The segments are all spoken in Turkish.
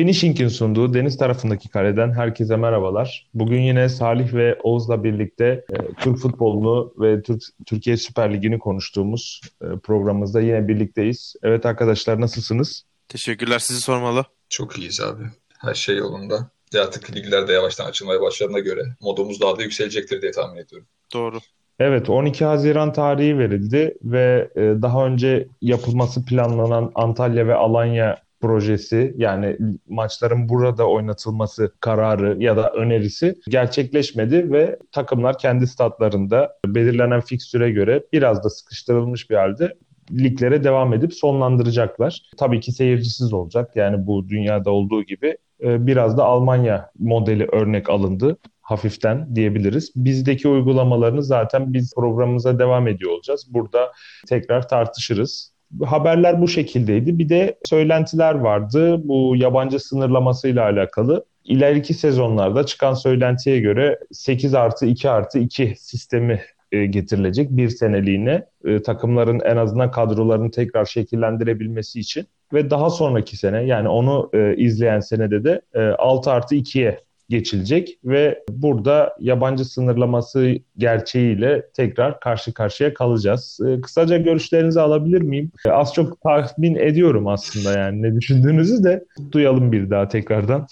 Finishing'in sunduğu deniz tarafındaki kaleden herkese merhabalar. Bugün yine Salih ve Oğuz'la birlikte Türk futbolunu ve Türkiye Süper Ligi'ni konuştuğumuz programımızda yine birlikteyiz. Evet arkadaşlar nasılsınız? Teşekkürler, sizi sormalı. Çok iyiyiz abi. Her şey yolunda. De artık ligler de yavaştan açılmaya başladığına göre modumuz daha da yükselecektir diye tahmin ediyorum. Doğru. Evet 12 Haziran tarihi verildi ve daha önce yapılması planlanan Antalya ve Alanya projesi yani maçların burada oynatılması kararı ya da önerisi gerçekleşmedi ve takımlar kendi statlarında belirlenen fikstüre göre biraz da sıkıştırılmış bir halde liglere devam edip sonlandıracaklar. Tabii ki seyircisiz olacak. Yani bu dünyada olduğu gibi biraz da Almanya modeli örnek alındı hafiften diyebiliriz. Bizdeki uygulamalarını zaten biz programımıza devam ediyor olacağız. Burada tekrar tartışırız. Haberler bu şekildeydi. Bir de söylentiler vardı bu yabancı sınırlamasıyla alakalı. İleriki sezonlarda çıkan söylentiye göre 8 artı 2 artı 2 sistemi getirilecek bir seneliğine takımların en azından kadrolarını tekrar şekillendirebilmesi için ve daha sonraki sene yani onu izleyen senede de 6 artı 2'ye geçilecek ve burada yabancı sınırlaması gerçeğiyle tekrar karşı karşıya kalacağız. Kısaca görüşlerinizi alabilir miyim? Az çok tahmin ediyorum aslında yani ne düşündüğünüzü de duyalım bir daha tekrardan.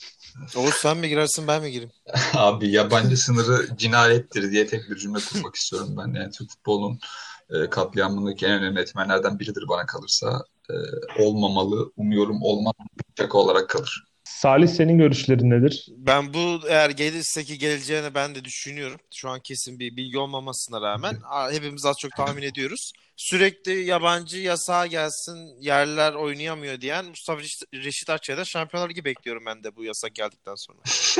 Oğuz sen mi girersin ben mi gireyim? Abi yabancı sınırı cinayettir diye tek bir cümle kurmak istiyorum ben. Yani Türk futbolunun katliamındaki en önemli etmenlerden biridir bana kalırsa. Olmamalı, umuyorum olmaz bir şaka olarak kalır. Salih senin görüşlerin nedir? Ben bu eğer gelirse ki geleceğini ben de düşünüyorum. Şu an kesin bir bilgi olmamasına rağmen hepimiz az çok tahmin ediyoruz. Sürekli yabancı yasağa gelsin yerler oynayamıyor diyen Mustafa Reşit Akçay'da Şampiyonlar Ligi bekliyorum ben de bu yasak geldikten sonra.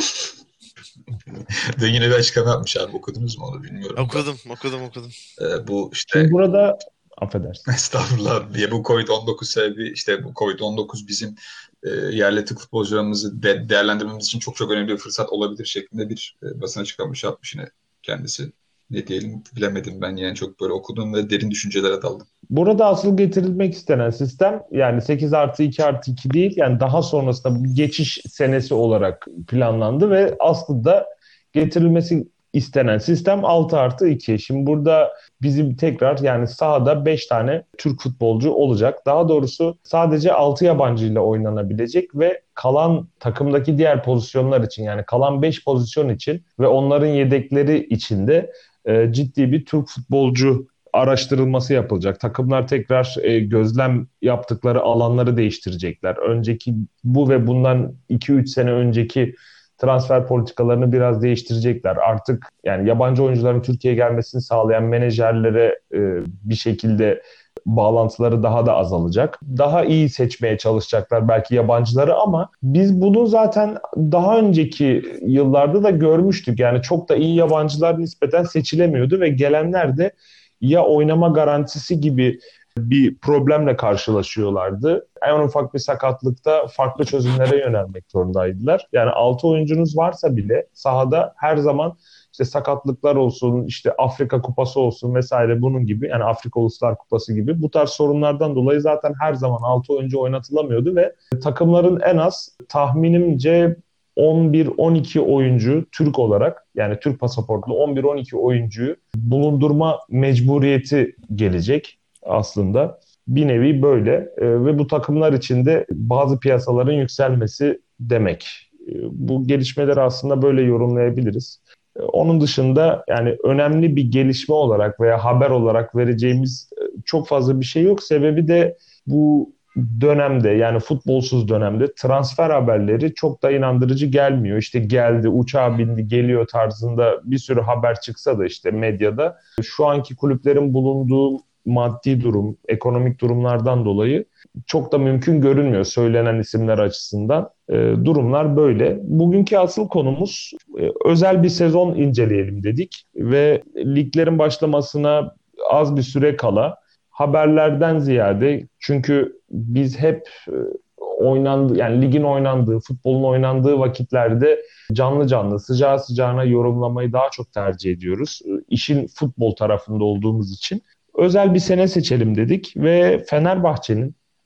Ve yine bir açıklama yapmış abi, okudunuz mu onu bilmiyorum da. Okudum. Bu işte Şimdi burada affedersin. estağfurullah diye bu Covid-19 sebebi işte bu Covid-19 bizim yerli Türk futbolcularımızı değerlendirmemiz için çok çok önemli bir fırsat olabilir şeklinde bir basın açıklaması yapmış yine kendisi. Ne diyelim bilemedim, ben yani çok böyle okudum ve derin düşüncelere daldım. Burada asıl getirilmek istenen sistem yani 8 artı 2 artı 2 değil yani daha sonrasında bir geçiş senesi olarak planlandı ve aslında getirilmesi istenen sistem 6 artı 2. Şimdi burada bizim tekrar yani sahada 5 tane Türk futbolcu olacak. Daha doğrusu sadece 6 yabancıyla oynanabilecek ve kalan takımdaki diğer pozisyonlar için yani kalan 5 pozisyon için ve onların yedekleri için de ciddi bir Türk futbolcu araştırılması yapılacak. Takımlar tekrar gözlem yaptıkları alanları değiştirecekler. Önceki bu ve bundan 2-3 sene önceki transfer politikalarını biraz değiştirecekler. Artık yani yabancı oyuncuların Türkiye'ye gelmesini sağlayan menajerlere bir şekilde bağlantıları daha da azalacak. Daha iyi seçmeye çalışacaklar belki yabancıları ama biz bunu zaten daha önceki yıllarda da görmüştük. Yani çok da iyi yabancılar nispeten seçilemiyordu ve gelenler de ya oynama garantisi gibi bir problemle karşılaşıyorlardı. En ufak bir sakatlıkta farklı çözümlere yönelmek zorundaydılar. Yani 6 oyuncunuz varsa bile sahada her zaman işte sakatlıklar olsun, işte Afrika Kupası olsun vesaire bunun gibi yani Afrika Uluslar Kupası gibi bu tarz sorunlardan dolayı zaten her zaman 6 oyuncu oynatılamıyordu ve takımların en az tahminimce 11-12 oyuncu Türk olarak yani Türk pasaportlu 11-12 oyuncuyu bulundurma mecburiyeti gelecek aslında. Bir nevi böyle ve bu takımlar için de bazı piyasaların yükselmesi demek. Bu gelişmeleri aslında böyle yorumlayabiliriz. Onun dışında yani önemli bir gelişme olarak veya haber olarak vereceğimiz çok fazla bir şey yok. Sebebi de bu dönemde yani futbolsuz dönemde transfer haberleri çok da inandırıcı gelmiyor. İşte geldi, uçağa bindi, geliyor tarzında bir sürü haber çıksa da işte medyada şu anki kulüplerin bulunduğu maddi durum, ekonomik durumlardan dolayı çok da mümkün görünmüyor söylenen isimler açısından. Durumlar böyle. Bugünkü asıl konumuz özel bir sezon inceleyelim dedik ve liglerin başlamasına az bir süre kala haberlerden ziyade çünkü biz hep oynandı yani ligin oynandığı, futbolun oynandığı vakitlerde canlı canlı, sıcağı sıcağına yorumlamayı daha çok tercih ediyoruz. İşin futbol tarafında olduğumuz için özel bir sene seçelim dedik ve Fenerbahçe'nin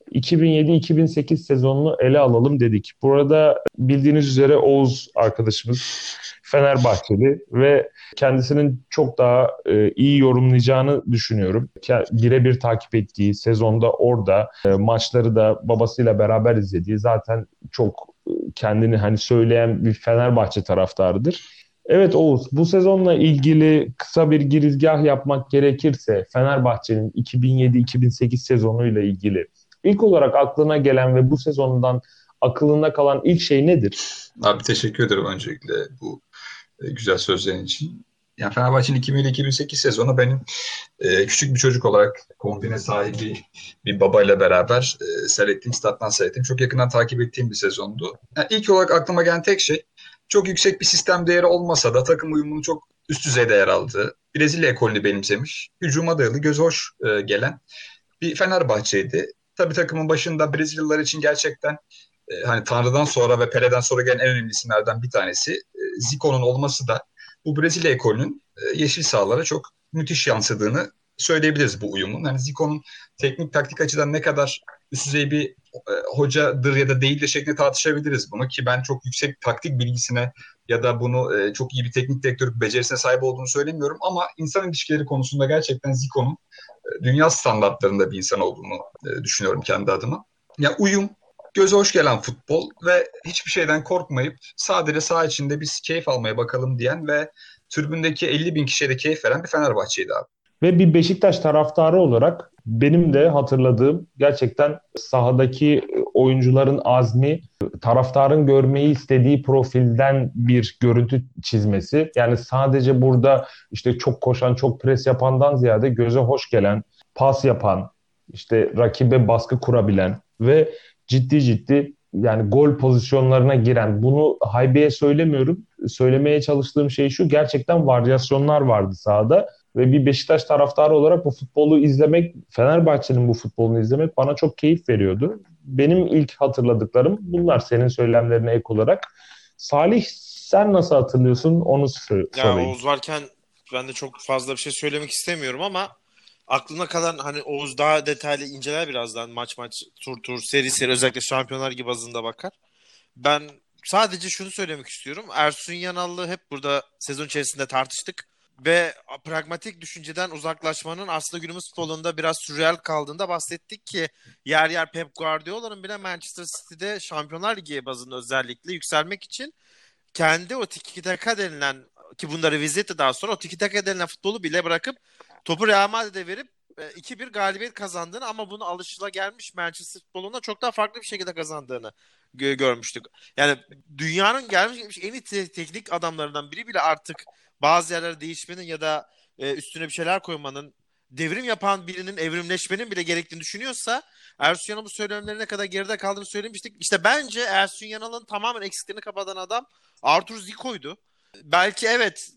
2007-2008 sezonunu ele alalım dedik. Burada bildiğiniz üzere Oğuz arkadaşımız Fenerbahçeli ve kendisinin çok daha iyi yorumlayacağını düşünüyorum. Birebir takip ettiği, sezonda orada maçları da babasıyla beraber izlediği zaten çok kendini hani söyleyen bir Fenerbahçe taraftarıdır. Evet Oğuz, bu sezonla ilgili kısa bir girizgah yapmak gerekirse Fenerbahçe'nin 2007-2008 sezonuyla ilgili ilk olarak aklına gelen ve bu sezondan akılında kalan ilk şey nedir? Abi teşekkür ederim öncelikle bu güzel sözlerin için. Yani Fenerbahçe'nin 2007-2008 sezonu benim küçük bir çocuk olarak kombine sahibi bir babayla beraber seyrettiğim, stat'tan seyrettiğim, çok yakından takip ettiğim bir sezondu. Yani ilk olarak aklıma gelen tek şey çok yüksek bir sistem değeri olmasa da takım uyumunun çok üst düzeyde yer aldığı, Brezilya ekolünü benimsemiş, hücuma dayalı, göze hoş gelen bir Fenerbahçe'ydi. Tabii takımın başında Brezilyalılar için gerçekten hani Tanrı'dan sonra ve Pele'den sonra gelen en önemli isimlerden bir tanesi Zico'nun olması da bu Brezilya ekolünün yeşil sahalara çok müthiş yansıdığını söyleyebiliriz bu uyumun. Yani Zico'nun teknik taktik açıdan ne kadar üst düzey bir hocadır ya da değildir şeklinde tartışabiliriz bunu ki ben çok yüksek taktik bilgisine ya da bunu çok iyi bir teknik direktör becerisine sahip olduğunu söylemiyorum ama insan ilişkileri konusunda gerçekten Zico'nun dünya standartlarında bir insan olduğunu düşünüyorum kendi adıma. Ya uyum, göze hoş gelen futbol ve hiçbir şeyden korkmayıp sadece saha içinde biz keyif almaya bakalım diyen ve tribündeki 50 bin kişiye de keyif veren bir Fenerbahçe'ydi abi. Ve bir Beşiktaş taraftarı olarak benim de hatırladığım gerçekten sahadaki oyuncuların azmi, taraftarın görmeyi istediği profilden bir görüntü çizmesi. Yani sadece burada işte çok koşan, çok pres yapandan ziyade göze hoş gelen, pas yapan, işte rakibe baskı kurabilen ve ciddi ciddi yani gol pozisyonlarına giren. Bunu haybeye söylemiyorum. Söylemeye çalıştığım şey şu: gerçekten varyasyonlar vardı sahada. Ve bir Beşiktaş taraftarı olarak bu futbolu izlemek, Fenerbahçe'nin bu futbolunu izlemek bana çok keyif veriyordu. Benim ilk hatırladıklarım bunlar, senin söylemlerine ek olarak. Salih, sen nasıl hatırlıyorsun onu Ya sorayım. Oğuz varken ben de çok fazla bir şey söylemek istemiyorum ama aklına kalan hani Oğuz daha detaylı inceler birazdan maç maç tur tur seri seri özellikle Şampiyonlar Ligi bazında bakar. Ben sadece şunu söylemek istiyorum. Ersun Yanal'ı hep burada sezon içerisinde tartıştık ve pragmatik düşünceden uzaklaşmanın aslında günümüz futbolunda biraz sürreal kaldığında bahsettik ki yer yer Pep Guardiola'nın bile Manchester City'de Şampiyonlar Ligi bazında özellikle yükselmek için kendi o tiki taka denilen ki bunda revize etti daha sonra o tiki taka denilen futbolu bile bırakıp topu Real Madrid'e verip 2-1 galibiyet kazandığını ama bunu alışılagelmiş Manchester futbolunda çok daha farklı bir şekilde kazandığını görmüştük. Yani dünyanın gelmiş geçmiş en iyi teknik adamlarından biri bile artık bazı yerlere değişmenin ya da üstüne bir şeyler koymanın devrim yapan birinin evrimleşmenin bile gerektiğini düşünüyorsa Ersun Yanal bu söylemlerine kadar geride kaldığını söylemiştik. İşte bence Ersun Yanal'ın tamamen eksiklerini kapatan adam Artur Zico'ydu. Belki evet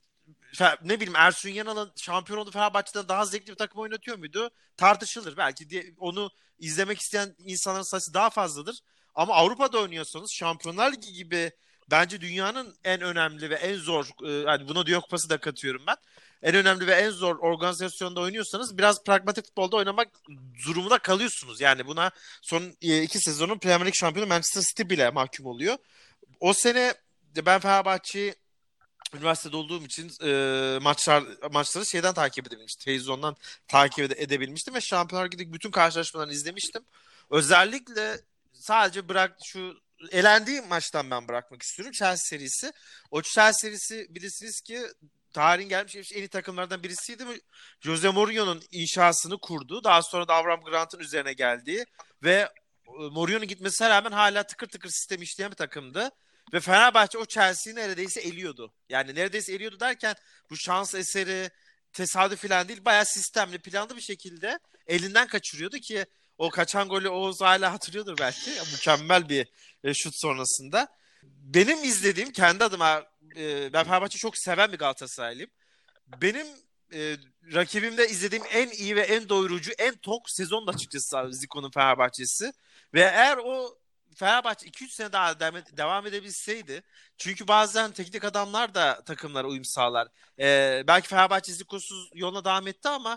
ne bileyim Ersun Yanal'ın şampiyon olduğu Fenerbahçe'den daha zevkli bir takım oynatıyor muydu? Tartışılır. Belki onu izlemek isteyen insanların sayısı daha fazladır. Ama Avrupa'da oynuyorsanız Şampiyonlar Ligi gibi bence dünyanın en önemli ve en zor yani buna Dünya Kupası da katıyorum ben. En önemli ve en zor organizasyonda oynuyorsanız biraz pragmatik futbolda oynamak durumunda kalıyorsunuz. Yani buna son 2 sezonun Premier League şampiyonu Manchester City bile mahkum oluyor. O sene ben Fenerbahçe'yi üniversitede olduğum için maçları şeyden takip edebilmiştim. Televizyondan takip edebilmiştim ve Şampiyonlar Ligi'deki bütün karşılaşmalarını izlemiştim. Özellikle sadece şu elendiği maçtan ben bırakmak istiyorum. Chelsea serisi. O Chelsea serisi bilirsiniz ki tarihin gelmiş geçmiş en iyi takımlardan birisiydi. Jose Mourinho'nun inşasını kurdu. Daha sonra da Avram Grant'ın üzerine geldiği ve Mourinho'nun gitmesine rağmen hala tıkır tıkır sistem işleyen bir takımdı. Ve Fenerbahçe o Chelsea'yi neredeyse eliyordu. Yani neredeyse eliyordu derken bu şans eseri tesadüf falan değil. Bayağı sistemli, planlı bir şekilde elinden kaçırıyordu ki o kaçan golü Oğuz hala hatırlıyordur belki. Mükemmel bir şut sonrasında. Benim izlediğim kendi adıma ben Fenerbahçe'yi çok seven bir Galatasaraylıyım. Benim rakibimde izlediğim en iyi ve en doyurucu, en tok sezon da açıkçası Zico'nun Fenerbahçe'si. Ve eğer o Fenerbahçe 2-3 sene daha devam edebilseydi, çünkü bazen teknik adamlar da takımlara uyum sağlar. Belki Fenerbahçe Zico'suz yoluna devam etti ama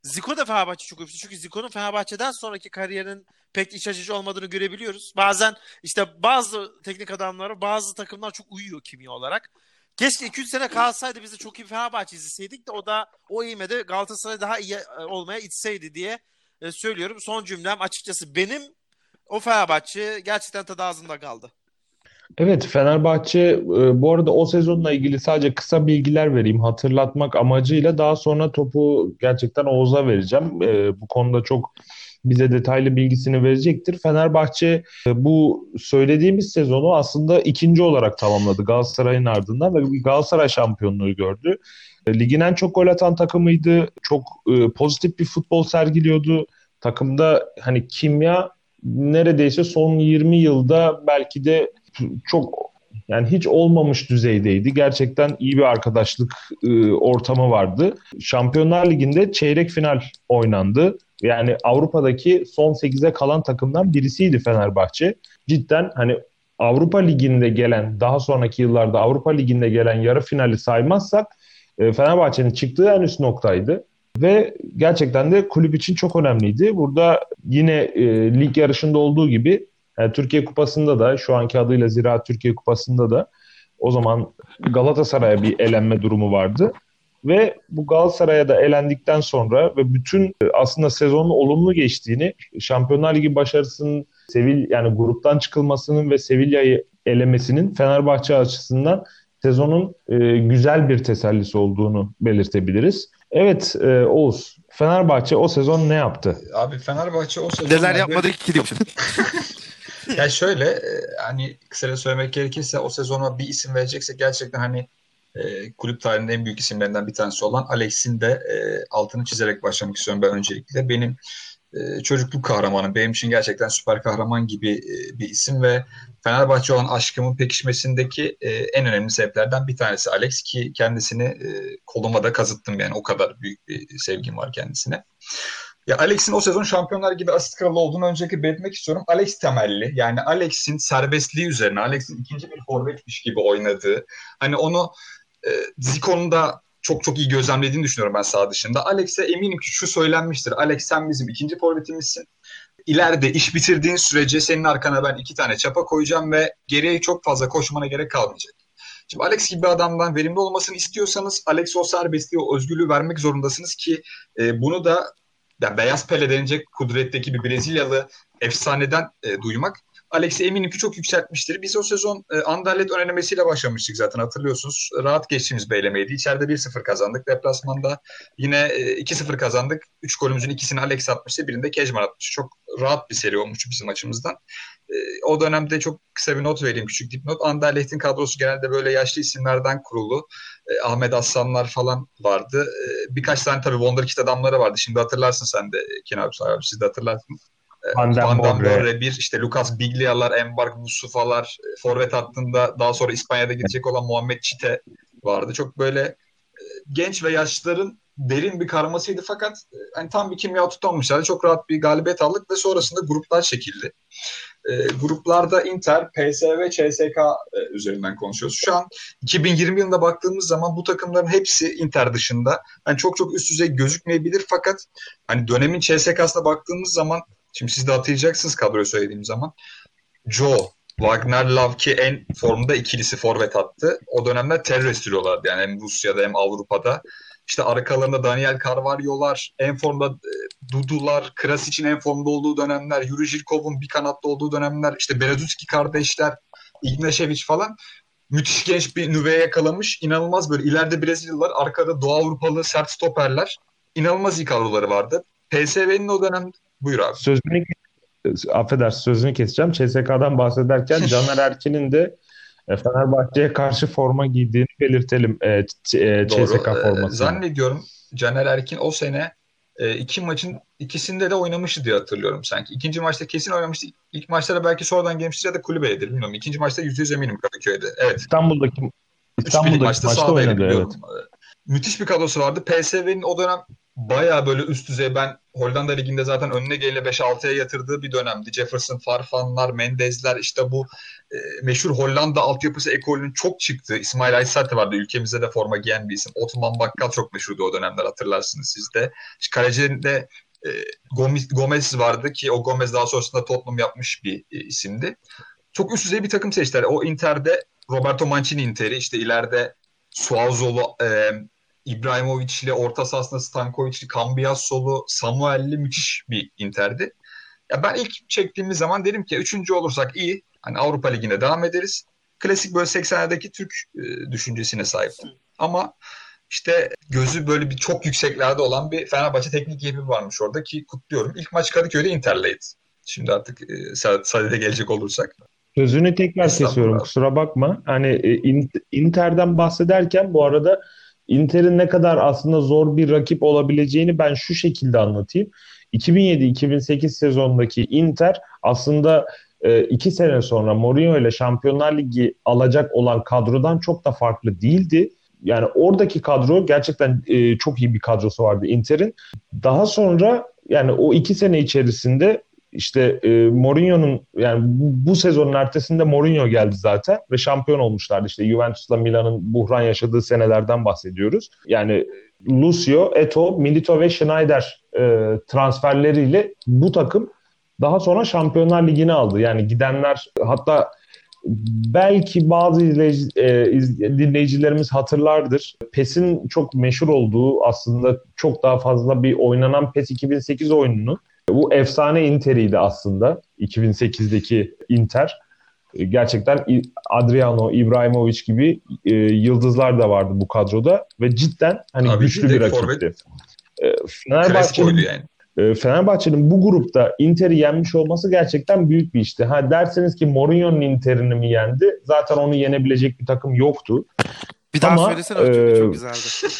Zico da Fenerbahçe çok övüyor. Çünkü Zico'nun Fenerbahçe'den sonraki kariyerinin pek iç açıcı olmadığını görebiliyoruz. Bazen işte bazı teknik adamlara bazı takımlar çok uyuyor kimya olarak. Keşke 2-3 sene kalsaydı biz de çok iyi Fenerbahçe izleseydik de o da o ivmede Galatasaray daha iyi olmaya itseydi diye söylüyorum. Son cümlem açıkçası benim o Fenerbahçe gerçekten tadı ağzımda kaldı. Evet, Fenerbahçe bu arada o sezonla ilgili sadece kısa bilgiler vereyim hatırlatmak amacıyla, daha sonra topu gerçekten Oğuz'a vereceğim. Bu konuda çok bize detaylı bilgisini verecektir. Fenerbahçe bu söylediğimiz sezonu aslında ikinci olarak tamamladı Galatasaray'ın ardından ve bir Galatasaray şampiyonluğu gördü. Ligin en çok gol atan takımıydı. Çok pozitif bir futbol sergiliyordu. Takımda hani kimya neredeyse son 20 yılda belki de çok, yani hiç olmamış düzeydeydi. Gerçekten iyi bir arkadaşlık ortamı vardı. Şampiyonlar Ligi'nde çeyrek final oynandı. Yani Avrupa'daki son 8'e kalan takımdan birisiydi Fenerbahçe. Cidden hani Avrupa Ligi'nde gelen, daha sonraki yıllarda Avrupa Ligi'nde gelen yarı finali saymazsak Fenerbahçe'nin çıktığı en üst noktaydı. Ve gerçekten de kulüp için çok önemliydi. Burada yine lig yarışında olduğu gibi yani Türkiye Kupası'nda da, şu anki adıyla Ziraat Türkiye Kupası'nda da o zaman Galatasaray'a bir elenme durumu vardı. Ve bu Galatasaray'a da elendikten sonra ve bütün aslında sezonun olumlu geçtiğini, Şampiyonlar Ligi başarısının, yani gruptan çıkılmasının ve Sevilla'yı elemesinin Fenerbahçe açısından sezonun güzel bir tesellisi olduğunu belirtebiliriz. Evet, Oğuz, Fenerbahçe o sezon ne yaptı? Abi Fenerbahçe o sezon Neler yapmadık ki diyormuşum. yani şöyle hani kısaca söylemek gerekirse o sezona bir isim verecekse gerçekten hani kulüp tarihinin en büyük isimlerinden bir tanesi olan Alex'in de altını çizerek başlamak istiyorum ben öncelikle. Benim çocukluk kahramanım. Benim için gerçekten süper kahraman gibi bir isim ve Fenerbahçe olan aşkımın pekişmesindeki en önemli sebeplerden bir tanesi Alex ki kendisini koluma da kazıttım yani o kadar büyük bir sevgim var kendisine. Ya Alex'in o sezon Şampiyonlar gibi asist kralı olduğunu öncelikle belirtmek istiyorum. Alex temelli yani Alex'in serbestliği üzerine Alex'in ikinci bir forvetmiş gibi oynadığı hani onu Zico'nun da çok çok iyi gözlemlediğini düşünüyorum ben saha dışında. Alex'e eminim ki şu söylenmiştir. Alex sen bizim ikinci forvetimizsin. İleride iş bitirdiğin sürece senin arkana ben 2 tane çapa koyacağım ve geriye çok fazla koşmana gerek kalmayacak. Şimdi Alex gibi bir adamdan verimli olmasını istiyorsanız Alex o serbestliği, o özgürlüğü vermek zorundasınız ki bunu da yani Beyaz Pele denilecek kudretteki bir Brezilyalı efsaneden duymak Alex'i eminim ki çok yükseltmiştir. Biz o sezon Anderlecht önlemesiyle başlamıştık zaten hatırlıyorsunuz. Rahat geçtiğimiz bir elemeydi. İçeride 1-0 kazandık. Deplasmanda yine 2-0 kazandık. 3 golümüzün ikisini Alex atmıştı. Birinde Kejman atmıştı. Çok rahat bir seri olmuştu bizim açımızdan. O dönemde çok kısa bir not vereyim, küçük dipnot. Anderlecht'in kadrosu genelde böyle yaşlı isimlerden kurulu. Ahmet Aslanlar falan vardı. Birkaç tane tabii Wonderkid adamları vardı. Şimdi hatırlarsın sen de Kenan abi, siz de hatırlarsınız. Van den Borre bir, işte Lucas Biglia'lar, Embark Musufa'lar, forvet hattında daha sonra İspanya'da gidecek olan Muhammed Çite vardı. Çok böyle genç ve yaşlıların derin bir karmasıydı fakat hani tam bir kimya tutamamışlardı. Çok rahat bir galibiyet aldık ve sonrasında gruplar çekildi. Gruplarda Inter, PSV, CSKA üzerinden konuşuyoruz. Şu an 2020 yılında baktığımız zaman bu takımların hepsi Inter dışında. Yani çok çok üst düzey gözükmeyebilir fakat hani dönemin CSKA'sına baktığımız zaman şimdi siz de hatırlayacaksınız kadroyu söylediğim zaman. Joe, Wagner, Love ki en formda ikilisi forvet attı. O dönemler terör estiriyorlardı yani hem Rusya'da hem Avrupa'da. İşte arkalarında Daniel Carvalho'lar, en formda Dudu'lar, Krasic'in en formda olduğu dönemler, Yuri Zhirkov'un bir kanatta olduğu dönemler, işte Berezutski kardeşler, Ignašević falan. Müthiş genç bir nüveye yakalamış. İnanılmaz böyle ileride Brezilyalılar, arkada Doğu Avrupalı sert stoperler. İnanılmaz iyi kadroları vardı. PSV'nin o dönem... Buyur abi. Affedersin, sözünü keseceğim. CSK'dan bahsederken Caner Erkin'in de Fenerbahçe'ye karşı forma giydiğini belirtelim. CSK forması. Zannediyorum Caner Erkin o sene 2 maçın ikisinde de oynamıştı diye hatırlıyorum sanki. İkinci maçta kesin oynamıştı. İlk maçlara belki sonradan gelmiştir ya da kulübeyedir bilmiyorum. İkinci maçta %100 eminim Kadıköy'de. Evet. İstanbul'daki maçta oynadı. Evet. Müthiş bir kadrosu vardı. PSV'nin o dönem Baya böyle üst düzey, ben Hollanda Ligi'nde zaten önüne gelene 5-6'ya yatırdığı bir dönemdi. Jefferson, Farfanlar, Mendezler, işte bu meşhur Hollanda altyapısı ekolünün çok çıktığı İsmail Aysat vardı. Ülkemizde de forma giyen bir isim. Otman Bakkal çok meşhurdu o dönemler, hatırlarsınız siz de. Kalecide Gomez vardı ki o Gomez daha sonrasında Tottenham yapmış bir isimdi. Çok üst düzey bir takım seçtiler. O Inter'de Roberto Mancini Inter'i, işte ileride Suazo'lu, İbrahimovic'li, orta sahasında Stankovic'li, Cambiassolu, Samuel'li müthiş bir Inter'di. Ya ben ilk çektiğimiz zaman dedim ki üçüncü olursak iyi. Hani Avrupa Ligi'ne devam ederiz. Klasik böyle 80'lerdeki Türk düşüncesine sahiptim. Ama işte gözü böyle bir çok yükseklerde olan bir Fenerbahçe teknik ekibi varmış orada ki kutluyorum. İlk maç Kadıköy'de Inter'leydi. Şimdi artık sadede gelecek olursak. Sözünü tekrar kesiyorum, Estağfurullah. kusura bakma. Hani Inter'den bahsederken bu arada Inter'in ne kadar aslında zor bir rakip olabileceğini ben şu şekilde anlatayım. 2007-2008 sezonundaki Inter aslında 2 sene sonra Mourinho ile Şampiyonlar Ligi alacak olan kadrodan çok da farklı değildi. Yani oradaki kadro gerçekten çok iyi bir kadrosu vardı Inter'in. Daha sonra yani o 2 sene içerisinde işte Mourinho'nun, yani bu sezonun ertesinde Mourinho geldi zaten ve şampiyon olmuşlardı. İşte Juventus'la Milan'ın buhran yaşadığı senelerden bahsediyoruz. Yani Lucio, Eto'o, Milito ve Schneider transferleriyle bu takım daha sonra Şampiyonlar Ligi'ni aldı. Yani gidenler, hatta belki bazı dinleyicilerimiz hatırlardır. PES'in çok meşhur olduğu, aslında çok daha fazla bir oynanan PES 2008 oyununu, bu efsane Inter'iydi aslında 2008'deki Inter. Gerçekten Adriano, Ibrahimovic gibi yıldızlar da vardı bu kadroda ve cidden hani Tabii ki güçlü de bir forvet rakipti. Crespo'ydu Fenerbahçe'nin yani. Fenerbahçe'nin bu grupta Inter'i yenmiş olması gerçekten büyük bir işti. Ha derseniz ki Mourinho'nun Inter'ini mi yendi? Zaten onu yenebilecek bir takım yoktu. Bir daha Ama söylesene o cümle, çok güzeldi.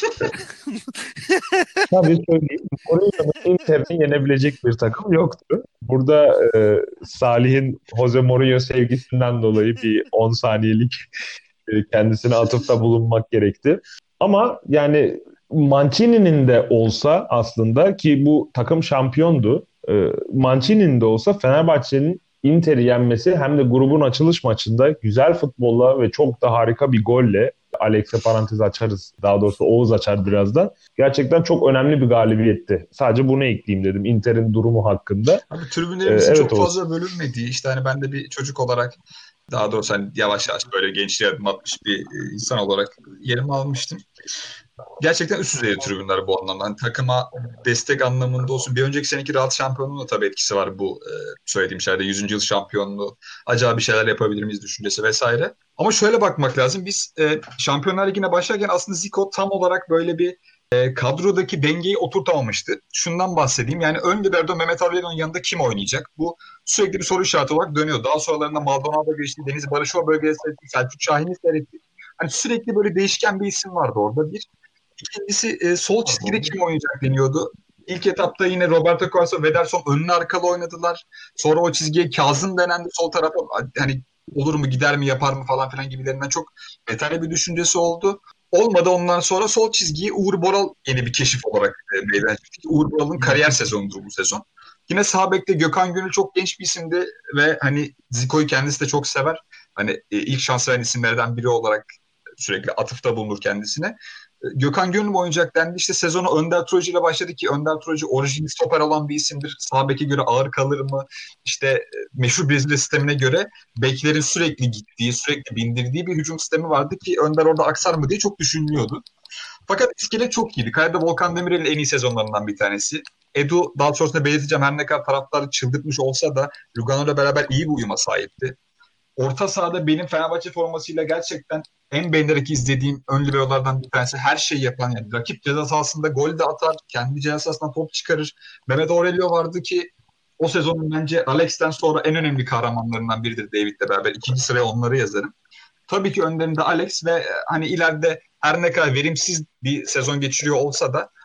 tabii söyleyeyim, Mourinho'nun Inter'ini yenebilecek bir takım yoktu. Burada Salih'in Jose Mourinho sevgisinden dolayı bir 10 saniyelik kendisine atıfta bulunmak gerekti. Ama yani Mancini'nin de olsa aslında, ki bu takım şampiyondu. Mancini'nin de olsa Fenerbahçe'nin Inter'i yenmesi, hem de grubun açılış maçında güzel futbolla ve çok da harika bir golle, Alex'e parantez açarız. Daha doğrusu Oğuz açar birazdan. Gerçekten çok önemli bir galibiyetti. Sadece bunu ekleyeyim dedim Inter'in durumu hakkında. Abi tribünlerimizin Evet çok Oğuz. fazla bölünmediği, işte hani ben de bir çocuk olarak, daha doğrusu hani yavaş yavaş böyle gençliğe adım atmış bir insan olarak yerimi almıştım. Gerçekten üst düzey tribünler bu anlamda. Hani takıma destek anlamında olsun. Bir önceki seneki rahat şampiyonluğun da tabii etkisi var bu söylediğim şeylerde. 100. yıl şampiyonluğu, acaba bir şeyler yapabilir miyiz düşüncesi vesaire. Ama şöyle bakmak lazım. Biz Şampiyonlar Ligi'ne başlarken aslında Zico tam olarak böyle bir kadrodaki dengeyi oturtamamıştı. Şundan bahsedeyim. Yani ön libero'da Mehmet Aurelio'nun yanında kim oynayacak? Bu sürekli bir soru işareti olarak dönüyor. Daha sonralarında Maldonado geçti, Deniz Barışova bölgeye seyretti, Selçuk Şahin'i seyretti. Hani sürekli böyle değişken bir isim vardı orada. Bir. İkincisi sol çizgide kim oynayacak deniyordu. İlk etapta yine Roberto Carlos ve Wederson önlü arkalı oynadılar. Sonra o çizgiye Kazım denendi sol tarafa. Hani olur mu, gider mi, yapar mı falan filan gibilerinden çok detaylı bir düşüncesi oldu. Olmadı, ondan sonra sol çizgiyi Uğur Boral yeni bir keşif olarak meydana çıktı. Uğur Boral'ın kariyer sezonudur bu sezon. Yine sağ bekte Gökhan Gönül çok genç bir isimdi ve hani Zico'yu kendisi de çok sever. Hani ilk şans veren isimlerden biri olarak sürekli atıfta bulunur kendisine. Gökhan Gönül mü oynayacak dendi. İşte sezonu Önder Troji ile başladı ki Önder Troji orijinal stoper olan bir isimdir. Sağ beke göre ağır kalır mı? İşte meşhur Brezilya sistemine göre beklerin sürekli gittiği, sürekli bindirdiği bir hücum sistemi vardı ki Önder orada aksar mı diye çok düşünülüyordu. Fakat iskelet çok iyiydi. Kalede Volkan Demirel'in en iyi sezonlarından bir tanesi. Edu, daha sonrasında belirteceğim, her ne kadar taraftarı çıldırtmış olsa da Lugano'yla beraber iyi bir uyuma sahipti. Orta sahada benim Fenerbahçe formasıyla gerçekten en beğenerek izlediğim ön liberolardan bir tanesi. Her şeyi yapan, yani rakip ceza sahasında gol de atar, kendi ceza sahasından top çıkarır. Mehmet Aurelio vardı ki o sezonun bence Alex'ten sonra en önemli kahramanlarından biridir David'le beraber. İkinci sıraya onları yazarım. Tabii ki önlerinde Alex ve hani ileride her ne kadar verimsiz bir sezon geçiriyor olsa da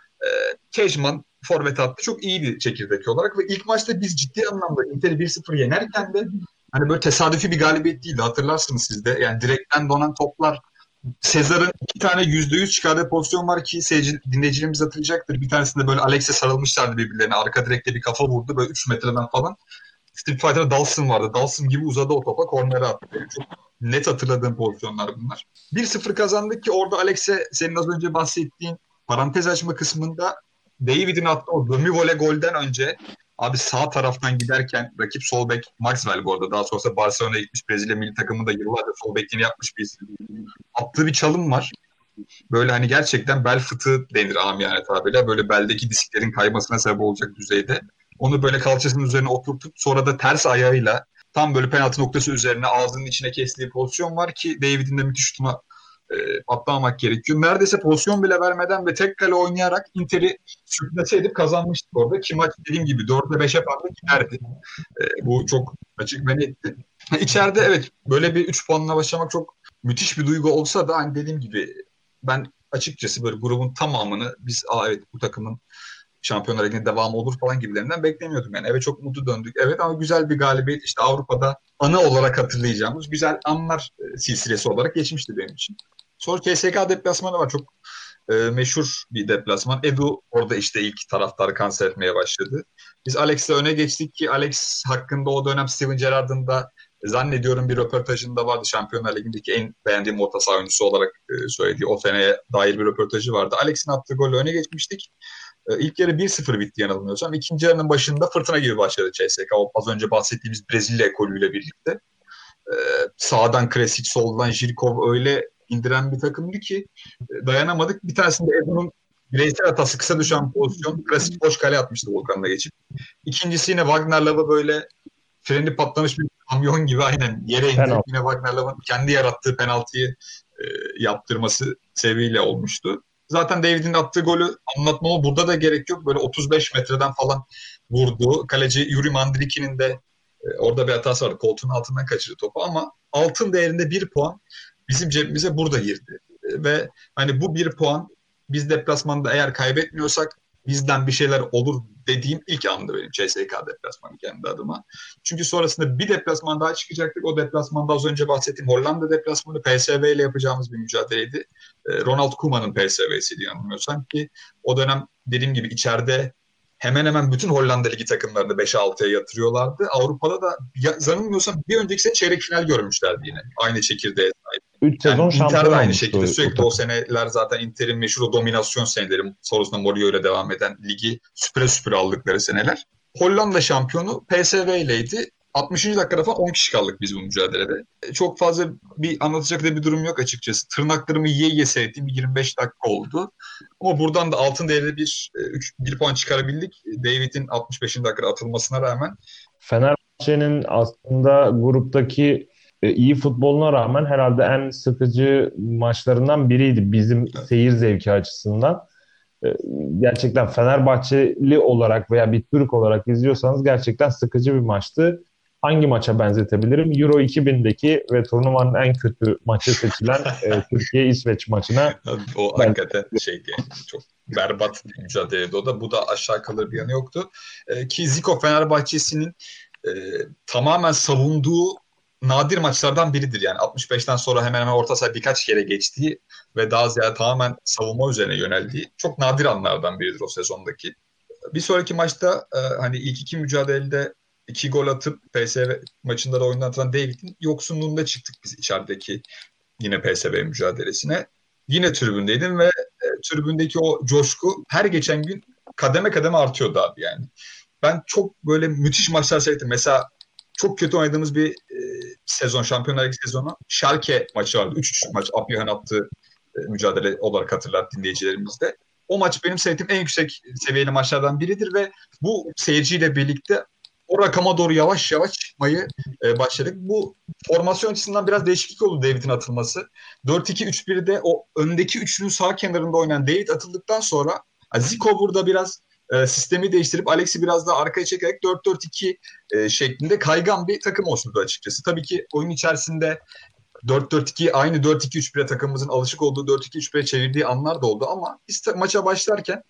Kejman forvet hattı çok iyiydi çekirdek olarak ve ilk maçta biz ciddi anlamda Inter'i 1-0 yenerken de hani böyle tesadüfi bir galibiyet değildi, hatırlarsınız siz de. Yani direkten donan toplar Sezar'ın 2 tane %100 çıkardığı pozisyon var ki dinleyicilerimiz hatırlayacaktır. Bir tanesinde böyle Alex'e sarılmışlardı birbirlerine. Arka direkte bir kafa vurdu böyle 3 metreden falan. Street Fighter'da Dawson vardı. Dawson gibi uzadı o topa, kornere attı. Benim çok net hatırladığım pozisyonlar bunlar. 1-0 kazandık ki orada Alex'e senin az önce bahsettiğin parantez açma kısmında David'in attığı o dömü voley golden önce abi sağ taraftan giderken rakip sol bek Maxwell bu arada daha sonrasında Barcelona'ya gitmiş, Brezilya milli takımında yıllarca sol bekliğini yapmış bir isim. Attığı bir çalım var. Böyle hani gerçekten bel fıtığı denir amiyane tabirle. Böyle beldeki disklerin kaymasına sebep olacak düzeyde. Onu böyle kalçasının üzerine oturtup sonra da ters ayağıyla tam böyle penaltı noktası üzerine ağzının içine kestiği pozisyon var ki David'in de müthiş şutuna atlamamak gerekiyor. Neredeyse pozisyon bile vermeden ve tek kale oynayarak Inter'i sürklase edip kazanmıştık orada. Ki maç dediğim gibi 4'e 5'e farklı giderdi. Bu çok açık ve netti. İçeride evet böyle bir 3 puanla başlamak çok müthiş bir duygu olsa da hani dediğim gibi ben açıkçası böyle grubun tamamını biz evet bu takımın Şampiyonlar Ligi'ne devamı olur falan gibilerinden beklemiyordum. Yani eve çok mutlu döndük. Evet ama güzel bir galibiyet işte Avrupa'da anı olarak hatırlayacağımız güzel anlar silsilesi olarak geçmişti benim için. Sonra CSKA deplasmanı var. Çok meşhur bir deplasman. Edu orada işte ilk taraftarı kanser etmeye başladı. Biz Alex'le öne geçtik ki Alex hakkında o dönem Steven Gerrard'ın da zannediyorum bir röportajında vardı. Şampiyonlar Ligi'ndeki en beğendiğim orta saha oyuncusu olarak söylediği o seneye dair bir röportajı vardı. Alex'in attığı golle öne geçmiştik. İlk yarı 1-0 bitti yanılmıyorsam. İkinci yarının başında fırtına gibi başladı CSKA. O az önce bahsettiğimiz Brezilya ekolüyle birlikte. Sağdan Kresic, soldan Jirkov öyle indiren bir takımdı ki dayanamadık. Bir tanesinde Edu'nun bireysel hatası kısa düşen pozisyon. Kresic boş kale atmıştı Volkan'la geçip. İkincisi yine Wagner Love'a böyle freni patlamış bir kamyon gibi aynen yere indirip yine Wagner Love'ın kendi yarattığı penaltıyı yaptırması sebebiyle olmuştu. Zaten David'in attığı golü anlatmama burada da gerek yok. Böyle 35 metreden falan vurdu. Kaleci Yuri Mandriki'nin de orada bir hatası vardı. Koltuğun altından kaçırdı topu ama altın değerinde 1 puan bizim cebimize burada girdi. Ve hani bu 1 puan biz deplasmanda eğer kaybetmiyorsak bizden bir şeyler olur dediğim ilk andı benim CSKA deplasmanı kendi adıma. Çünkü sonrasında bir deplasman daha çıkacaktık. O deplasmanda az önce bahsettiğim Hollanda deplasmanı PSV ile yapacağımız bir mücadeleydi. Ronald Koeman'ın PSV'siydi yanılmıyorsam ki o dönem dediğim gibi içeride hemen hemen bütün Hollanda Ligi takımlarını 5'e 6'ya yatırıyorlardı. Avrupa'da da yanılmıyorsam bir önceki sene çeyrek final görmüşlerdi yine. Aynı çekirdeğe sahip. 3 sezon yani şampiyon Inter de aynı olmuştu şekilde sürekli o seneler zaten Inter'in meşhur o dominasyon seneleri sonrasında Mourinho ile devam eden ligi süpüre aldıkları seneler. Hollanda şampiyonu PSV ileydi. 60. dakikada falan 10 kişi kaldık biz bu mücadelede. Çok fazla bir anlatacak da bir durum yok açıkçası. Tırnaklarımı yiye seyrettiğim 25 dakika oldu. Ama buradan da altın değerinde bir puan çıkarabildik. David'in 65. dakikada atılmasına rağmen. Fenerbahçe'nin aslında gruptaki iyi futboluna rağmen herhalde en sıkıcı maçlarından biriydi bizim seyir zevki açısından. Gerçekten Fenerbahçeli olarak veya bir Türk olarak izliyorsanız gerçekten sıkıcı bir maçtı. Hangi maça benzetebilirim? Euro 2000'deki ve turnuvanın en kötü maçı seçilen Türkiye-İsveç maçına. O hakikaten şeydi yani, çok berbat bir mücadeleydi o da. Bu da aşağı kalır bir yanı yoktu. Ki Zico Fenerbahçesi'nin tamamen savunduğu nadir maçlardan biridir. Yani 65'ten sonra hemen hemen orta saha birkaç kere geçtiği ve daha ziyade tamamen savunma üzerine yöneldiği çok nadir anlardan biridir o sezondaki. Bir sonraki maçta hani ilk iki mücadelede 2 gol atıp PSV maçında da oyundan atılan David'in yoksunluğunda çıktık biz içerideki yine PSV mücadelesine. Yine tribündeydim ve tribündeki o coşku her geçen gün kademe kademe artıyordu abi yani. Ben çok böyle müthiş maçlar seyrettim. Mesela çok kötü oynadığımız bir sezon, Şampiyonlar Ligi sezonu. Schalke maçı vardı. 3-3 maç. Apyah'ın attığı mücadele olarak hatırlar dinleyicilerimiz de. O maç benim seyrettiğim en yüksek seviyeli maçlardan biridir ve bu seyirciyle birlikte o rakama doğru yavaş yavaş çıkmayı başladık. Bu formasyon açısından biraz değişiklik oldu David'in atılması. 4-2-3-1'de o öndeki üçlünün sağ kenarında oynayan David atıldıktan sonra Zico burada biraz sistemi değiştirip Alex'i biraz daha arkaya çekerek 4-4-2 şeklinde kaygan bir takım oluşturdu açıkçası. Tabii ki oyun içerisinde 4-4-2 aynı 4-2-3-1'e takımımızın alışık olduğu 4-2-3-1'e çevirdiği anlar da oldu ama biz maça başlarken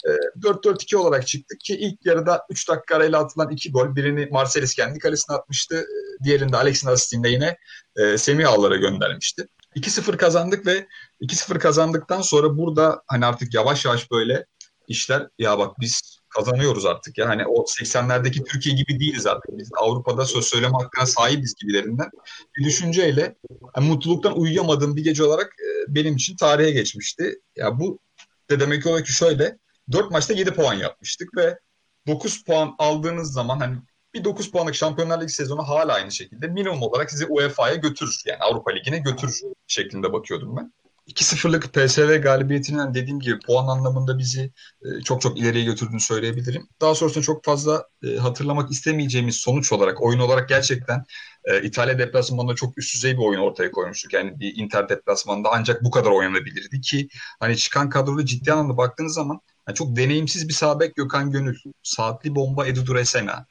4-4-2 olarak çıktık ki ilk yarıda 3 dakika arayla atılan 2 gol, birini Marcelis kendi kalesine atmıştı, diğerini de Alex'in asistinde yine Semih Ağlar'a göndermişti. 2-0 kazandık ve 2-0 kazandıktan sonra burada hani artık yavaş yavaş böyle işler, ya bak biz kazanıyoruz artık ya. Hani o 80'lerdeki Türkiye gibi değiliz artık. Biz Avrupa'da söz söyleme hakkına sahibiz gibilerinden bir düşünceyle, yani mutluluktan uyuyamadığım bir gece olarak benim için tarihe geçmişti. Ya bu de demek oluyor ki şöyle, 4 maçta 7 puan yapmıştık ve 9 puan aldığınız zaman hani bir 9 puanlık Şampiyonlar Ligi sezonu hala aynı şekilde minimum olarak sizi UEFA'ya götürür. Yani Avrupa Ligi'ne götürür şeklinde bakıyordum ben. 2-0'lık PSV galibiyetinin dediğim gibi puan anlamında bizi çok çok ileriye götürdüğünü söyleyebilirim. Daha sonrasında çok fazla hatırlamak istemeyeceğimiz sonuç olarak, oyun olarak gerçekten İtalya deplasmanında çok üst düzey bir oyun ortaya koymuştuk. Yani bir Inter deplasmanında ancak bu kadar oynanabilirdi ki hani çıkan kadroda ciddi anlamda baktığınız zaman yani çok deneyimsiz bir sağ bek Gökhan Gönül, saatli bomba Edu Duresena,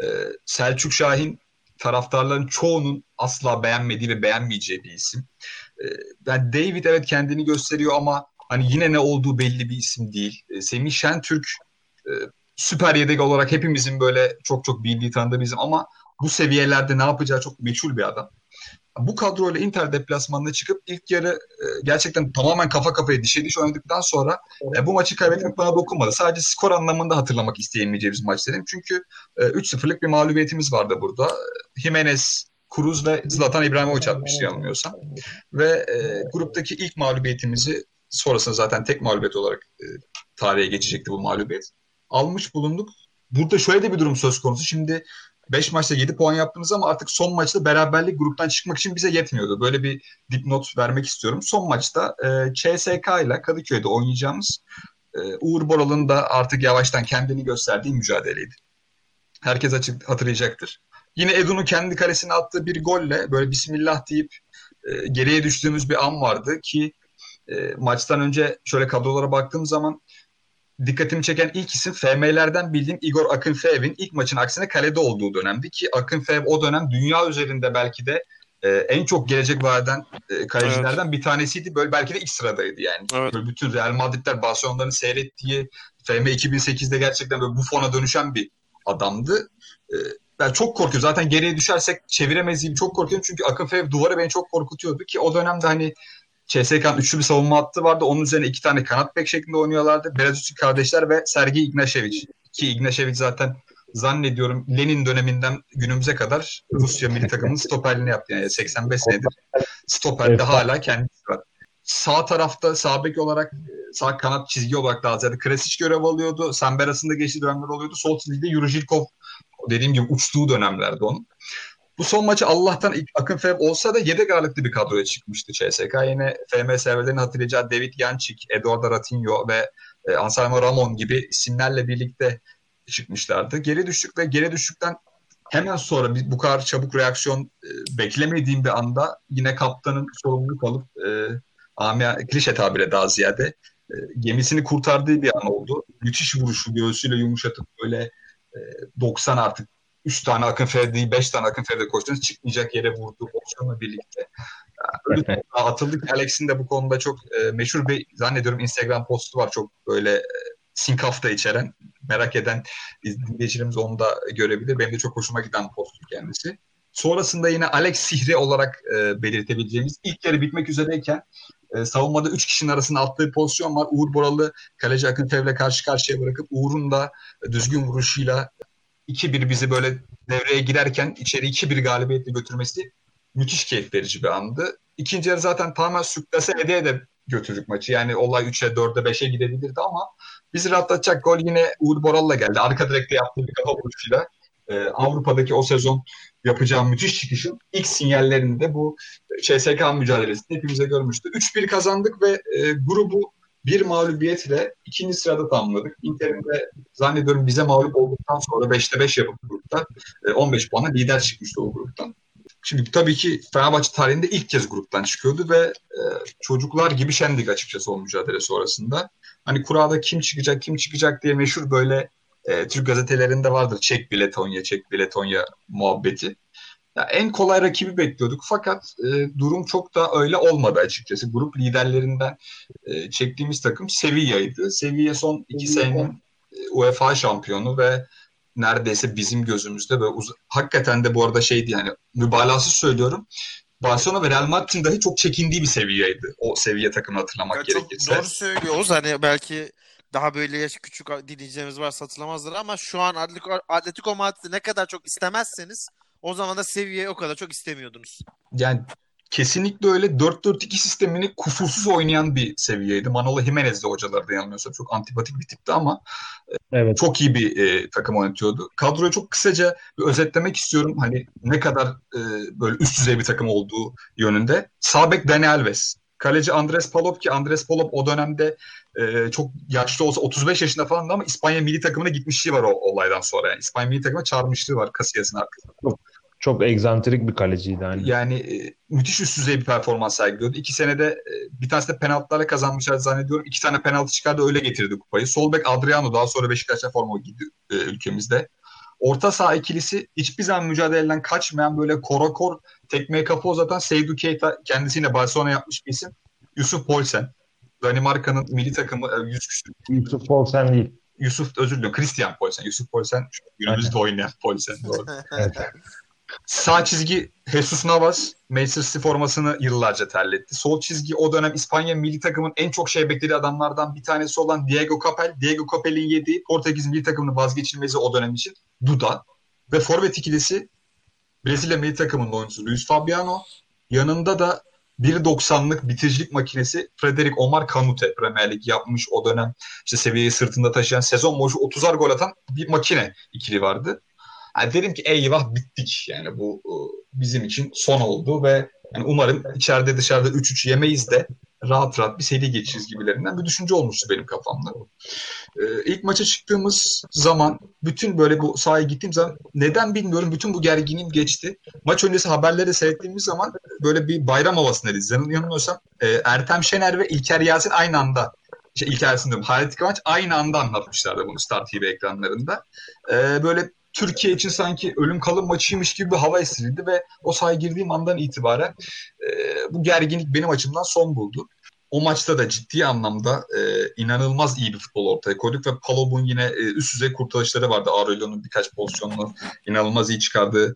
Selçuk Şahin taraftarların çoğunun asla beğenmediği ve beğenmeyeceği bir isim. Yani David evet kendini gösteriyor ama hani yine ne olduğu belli bir isim değil. Semih Şentürk e, süper yedek olarak hepimizin böyle çok çok bildiği, tanıdığı bizim ama bu seviyelerde ne yapacağı çok meçhul bir adam. Bu kadroyla Inter deplasmanına çıkıp ilk yarı gerçekten tamamen kafa kafaya dişe diş oynadıktan sonra bu maçı kaybetmek bana dokunmadı. Sadece skor anlamında hatırlamak isteyemeyeceğimiz maç dedim. Çünkü 3-0'lık bir mağlubiyetimiz vardı burada. Jimenez, Cruz ve Zlatan İbrahimovic atmıştı yanılmıyorsam. Ve gruptaki ilk mağlubiyetimizi, sonrasında zaten tek mağlubiyet olarak tarihe geçecekti bu mağlubiyet, almış bulunduk. Burada şöyle de bir durum söz konusu. Şimdi 5 maçta 7 puan yaptınız ama artık son maçta beraberlik gruptan çıkmak için bize yetmiyordu. Böyle bir dipnot vermek istiyorum. Son maçta CSK ile Kadıköy'de oynayacağımız Uğur Boral'ın da artık yavaştan kendini gösterdiği mücadeleydi. Herkes açık hatırlayacaktır. Yine Edu'nun kendi kalesine attığı bir golle böyle Bismillah deyip geriye düştüğümüz bir an vardı ki maçtan önce şöyle kadrolara baktığım zaman dikkatimi çeken ilk isim FM'lerden bildiğim Igor Akınfeev'in ilk maçın aksine kalede olduğu dönemdi ki Akınfeev o dönem dünya üzerinde belki de en çok gelecek vadeden kalecilerden Evet. bir tanesiydi. Böyle belki de ilk sıradaydı yani. Evet. Böyle bütün Real Madridler, Barcelona'ların seyrettiği FM 2008'de gerçekten böyle Buffon'a dönüşen bir adamdı. Ben çok korkuyorum. Zaten geriye düşersek çeviremez gibi çok korkuyorum. Çünkü Akınfeev duvarı beni çok korkutuyordu ki o dönemde hani CSK'nın üçlü bir savunma hattı vardı. Onun üzerine iki tane kanat bek şeklinde oynuyorlardı. Berazuci kardeşler ve Sergey Ignashevich. Ki Ignashevich zaten zannediyorum Lenin döneminden günümüze kadar Rusya milli takımının stoperliğini yaptı. Yani 85 senedir stoperde Efsane. hala kendisi var. Sağ tarafta sağ bek olarak, sağ kanat çizgi olarak daha ziyade Krasic görev alıyordu. Samberas'ın da geçtiği dönemler oluyordu. Sol çizgide Yuri Zhirkov, dediğim gibi uçtuğu dönemlerde onun. Bu son maçı Allah'tan Akınfev olsa da yedek ağırlıklı bir kadroya çıkmıştı CSK. Yine FM serverlerin hatırlayacağı David Yanchik, Eduardo Ratinho ve Anselmo Ramon gibi isimlerle birlikte çıkmışlardı. Geri düştük ve geri düştükten hemen sonra bu kadar çabuk reaksiyon beklemediğim bir anda yine kaptanın sorumluluk alıp klişe tabire daha ziyade gemisini kurtardığı bir an oldu. Müthiş vuruşu göğsüyle yumuşatıp böyle 90 artık 3 tane Akınfev değil 5 tane Akınfev'de koştunuz çıkmayacak yere vurdu pozisyonla birlikte. Ölü toprağa atıldık. Alex'in de bu konuda çok meşhur bir zannediyorum Instagram postu var çok böyle sinkafta içeren. Merak eden dinleyicilerimiz onu da görebilir. Benim de çok hoşuma giden postu kendisi. Sonrasında yine Alex Sihri olarak belirtebileceğimiz ilk yarı bitmek üzereyken savunmada 3 kişinin arasında attığı pozisyon var. Uğur Boralı kaleci Akıntev'le karşı karşıya bırakıp Uğur'un da düzgün vuruşuyla 2-1 bizi böyle devreye girerken içeri 2-1 galibiyetle götürmesi müthiş keyif verici bir andı. İkinci yarı zaten tamamen sürklase de götürdük maçı. Yani olay 3'e 4'e 5'e gidebilirdi ama bizi rahatlatacak gol yine Uğur Boral'la geldi. Arka direkte yaptığı bir kafa vuruşuyla Avrupa'daki o sezon yapacağım müthiş çıkışın ilk sinyallerini de bu CSK mücadelesinde hepimize görmüştü. 3-1 kazandık ve grubu bir mağlubiyetle ikinci sırada tamamladık. Inter'in de zannediyorum bize mağlup olduktan sonra 5'te 5 yapıp grupta 15 puanla lider çıkmıştı o gruptan. Şimdi tabii ki Fenerbahçe tarihinde ilk kez gruptan çıkıyordu ve çocuklar gibi şendik açıkçası o mücadele sonrasında. Hani kurada kim çıkacak diye meşhur böyle Türk gazetelerinde vardır. Çek Biletonya muhabbeti. Ya en kolay rakibi bekliyorduk fakat durum çok da öyle olmadı açıkçası. Grup liderlerinden çektiğimiz takım Sevilla'ydı. Sevilla son 2 senenin UEFA şampiyonu ve neredeyse bizim gözümüzde böyle hakikaten de bu arada şeydi yani mübalağasız söylüyorum. Barcelona ve Real Madrid'in dahi çok çekindiği bir seviyeydi. O seviye takımını hatırlamak Ya çok gerekirse. doğru söylüyoruz. Hani belki daha böyle yaş küçük dinleyicilerimiz varsa hatırlamazlar ama şu an Atletico Madrid'i ne kadar çok istemezseniz o zaman da seviyeyi o kadar çok istemiyordunuz. Yani kesinlikle öyle. 4-4-2 sistemini kusursuz oynayan bir seviyeydi. Manolo Jimenez de hocaları da yanılmıyorsam çok antipatik bir tipti ama Evet. çok iyi bir takım oynatıyordu. Kadroyu çok kısaca bir özetlemek istiyorum. Hani ne kadar böyle üst düzey bir takım olduğu yönünde. Sağ bek Dani Alves. Kaleci Andres Palop ki Andres Palop o dönemde çok yaşlı olsa 35 yaşında falan ama İspanya milli takımına gitmişliği var o olaydan sonra. Yani İspanya milli takımına çağırmışlığı var Casillas'ın arkasında. Çok, çok egzantrik bir kaleciydi hani. Yani müthiş üst düzey bir performans sergiliyordu. 2 senede bir tanesi de penaltılarla kazanmışlar zannediyorum. 2 tane penaltı çıkardı öyle getirdi kupayı. Sol bek Adriano daha sonra Beşiktaş'a forma giydi ülkemizde. Orta saha ikilisi hiçbir zaman mücadeleden kaçmayan böyle korakor tekmeye kafa uzatan Seydou Keita kendisiyle Barcelona yapmış bir isim. Yusuf Poulsen. Danimarka'nın milli takımı 100 küsur. Yusuf Olsen değil. Yusuf özür diliyorum. Christian Poulsen. Yusuf Poulsen günümüzde Aynen. oynayan Poulsen. Doğru. Evet. Sağ çizgi Jesus Navas Manchester City formasını yıllarca terletti. Sol çizgi o dönem İspanya milli takımın en çok şey beklediği adamlardan bir tanesi olan Diego Capel. Diego Capel'in yediği Portekiz milli takımının vazgeçilmezi o dönem için Duda. Ve forvet ikilisi Brezilya milli takımının oyuncusu Luis Fabiano. Yanında da 1.90'lık bitiricilik makinesi Frederic Omar Canute. Premier Lig yapmış o dönem işte seviyeyi sırtında taşıyan sezon boyu 30'ar gol atan bir makine ikili vardı. Yani dedim ki eyvah bittik. Yani bu bizim için son oldu ve yani umarım içeride dışarıda 3-3 yemeyiz de rahat rahat bir seri geçiriz gibilerinden bir düşünce olmuştu benim kafamda. İlk maça çıktığımız zaman bütün böyle bu sahaya gittiğim zaman neden bilmiyorum bütün bu gerginliğim geçti. Maç öncesi haberleri seyrettiğimiz zaman böyle bir bayram havasındayız. Yanılmıyorsam Ertem Şener ve İlker Yasin aynı anda İlker Yasin diyorum. Halit Kıvanç aynı anda anlatmışlardı bunu Star TV ekranlarında. Böyle Türkiye için sanki ölüm kalım maçıymış gibi bir hava estirildi ve o sahaya girdiğim andan itibaren bu gerginlik benim açımdan son buldu. O maçta da ciddi anlamda inanılmaz iyi bir futbol ortaya koyduk ve Palop'un yine üst düzey kurtarışları vardı. Aurelio'nun birkaç pozisyonunu inanılmaz iyi çıkardığı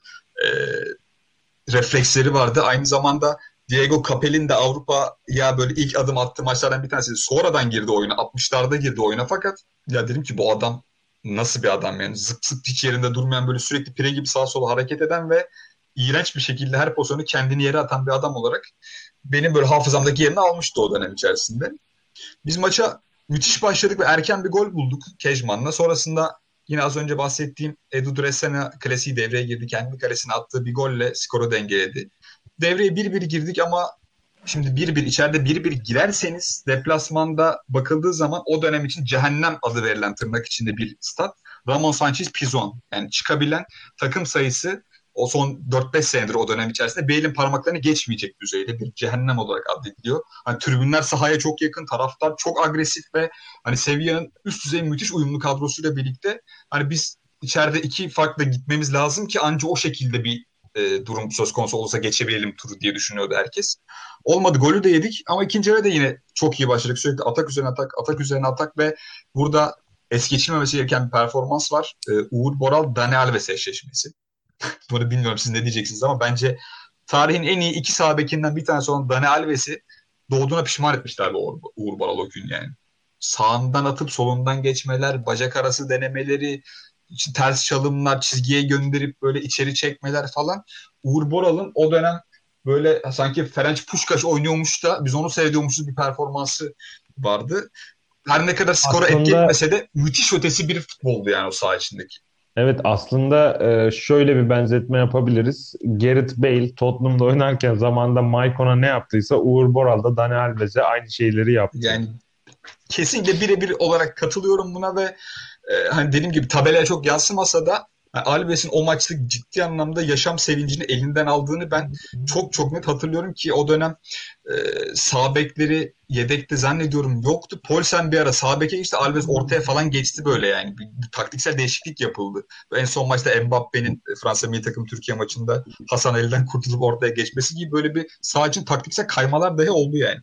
refleksleri vardı. Aynı zamanda Diego Capel'in de Avrupa'ya böyle ilk adım attığı maçlardan bir tanesi. Sonradan girdi oyuna. 60'larda girdi oyuna fakat ya dedim ki bu adam nasıl bir adam yani zıp zıp hiç yerinde durmayan böyle sürekli pire gibi sağa sola hareket eden ve iğrenç bir şekilde her pozisyonu kendini yere atan bir adam olarak benim böyle hafızamdaki yerini almıştı o dönem içerisinde. Biz maça müthiş başladık ve erken bir gol bulduk Kejman'la. Sonrasında yine az önce bahsettiğim Edu Dresena klasiği devreye girdi. Kendi kalesine attığı bir golle skoru dengeledi. Devreye 1-1 girdik ama şimdi 1-1 içeride 1-1 girerseniz deplasmanda bakıldığı zaman o dönem için cehennem adı verilen tırnak içinde bir stat. Ramon Sanchez Pizjuan yani çıkabilen takım sayısı o son 4-5 senedir o dönem içerisinde Bale'in parmaklarını geçmeyecek düzeyde bir cehennem olarak addediliyor. Hani tribünler sahaya çok yakın, taraftar çok agresif ve hani Sevilla'nın üst düzey müthiş uyumlu kadrosuyla birlikte hani biz içeride 2 farkla gitmemiz lazım ki anca o şekilde bir durum söz konusu olursa geçebilelim turu diye düşünüyordu herkes. Olmadı golü de yedik ama ikinci yarıda da yine çok iyi başladık. Sürekli atak üzerine atak, atak üzerine atak ve burada es geçilmemesi gereken bir performans var. Uğur Boral, Dani Alves eşleşmesi. Bunu bilmiyorum siz ne diyeceksiniz ama bence tarihin en iyi iki sağ bekinden bir tanesi olan Dani Alves'i doğduğuna pişman etmişlerdi Uğur Boral o gün yani. Sağından atıp solundan geçmeler, bacak arası denemeleri, ters çalımlar, çizgiye gönderip böyle içeri çekmeler falan. Uğur Boral'ın o dönem böyle sanki Ferenc Puskás oynuyormuş da biz onu seyrediyormuşuz bir performansı vardı. Her ne kadar skora etki Aslında etmese de müthiş ötesi bir futboldu yani o saha içindeki. evet, aslında şöyle bir benzetme yapabiliriz. Gareth Bale Tottenham'da oynarken zamanında Maicon'a ne yaptıysa Uğur Boral da Dani Alves'e aynı şeyleri yaptı. Yani kesinlikle birebir olarak katılıyorum buna ve hani dediğim gibi tabelaya çok yansımasa da yani Alves'in o maçta ciddi anlamda yaşam sevincini elinden aldığını ben çok çok net hatırlıyorum ki o dönem e, sağ bekleri yedekte zannediyorum yoktu. Paulsen bir ara sağ beke geçti. Alves ortaya falan geçti böyle yani. Bir taktiksel değişiklik yapıldı. En son maçta Mbappe'nin Fransa milli takım Türkiye maçında Hasan Ali'den kurtulup ortaya geçmesi gibi böyle bir sağ için taktiksel kaymalar dahi oldu yani.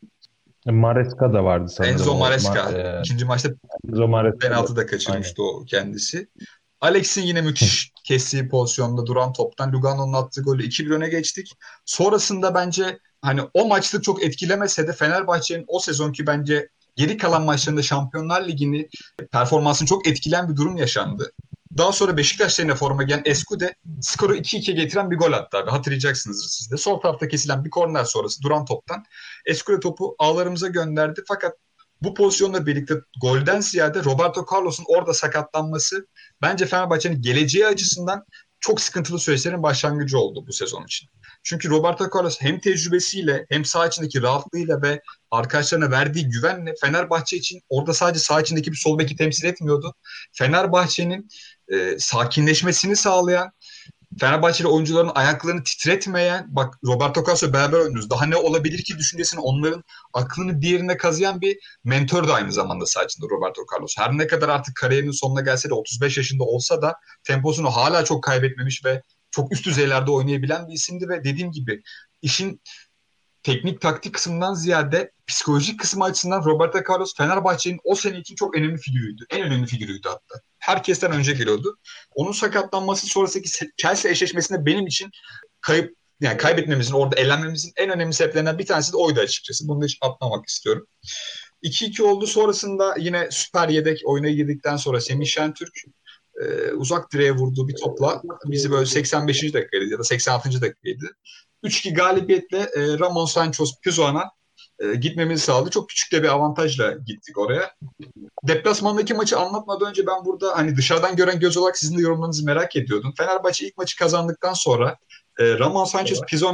Maresca da vardı sanırım. Enzo Maresca ikinci maçta Enzo Maresca da. penaltı da Aynen. kaçırmıştı o kendisi. Alex'in yine müthiş kestiği pozisyonda duran toptan Lugano'nun attığı golü 2-1 öne geçtik. Sonrasında bence hani o maçta çok etkilemese de Fenerbahçe'nin o sezonki bence geri kalan maçlarında Şampiyonlar Ligi'ni performansını çok etkileyen bir durum yaşandı. Daha sonra Beşiktaş seninle forma giyen Escude skoru 2-2 getiren bir gol attı abi. Hatırlayacaksınızdır siz de. Sol tarafta kesilen bir korner sonrası duran toptan Escude topu ağlarımıza gönderdi. Fakat bu pozisyonla birlikte golden ziyade Roberto Carlos'un orada sakatlanması bence Fenerbahçe'nin geleceği açısından çok sıkıntılı süreçlerin başlangıcı oldu bu sezon için. Çünkü Roberto Carlos hem tecrübesiyle hem saha içindeki rahatlığıyla ve arkadaşlarına verdiği güvenle Fenerbahçe için orada sadece saha içindeki bir sol beki temsil etmiyordu. Fenerbahçe'nin sakinleşmesini sağlayan, Fenerbahçeli oyuncuların ayaklarını titretmeyen, bak Roberto Carlos'la beraber oynuyoruz, daha ne olabilir ki düşüncesini onların aklını bir yerine kazıyan bir mentor da aynı zamanda sadece Roberto Carlos. Her ne kadar artık kariyerinin sonuna gelse de 35 yaşında olsa da temposunu hala çok kaybetmemiş ve çok üst düzeylerde oynayabilen bir isimdi ve dediğim gibi işin teknik taktik kısmından ziyade psikolojik kısmı açısından Roberto Carlos Fenerbahçe'nin o sene için çok önemli figürüydü. En önemli figürüydü hatta. Herkesten önce geliyordu. Onun sakatlanması sonrasındaki Chelsea eşleşmesinde benim için yani kaybetmemizin, orada elenmemizin en önemli sebeplerinden bir tanesi de oydu açıkçası. Bunu da hiç atlamak istiyorum. 2-2 oldu. Sonrasında yine süper yedek oyuna girdikten sonra Semih Şentürk uzak direğe vurduğu bir topla bizi böyle 85. dakikaydı ya da 86. dakikaydı. 3-2 galibiyetle Ramon Sanchez Pizjuan'a gitmemizi sağladı. Çok küçük de bir avantajla gittik oraya. Deplasmandaki maçı anlatmadan önce ben burada hani dışarıdan gören göz olarak sizin de yorumlarınızı merak ediyordum. Fenerbahçe ilk maçı kazandıktan sonra Ramon Sanchez Pizjuan'a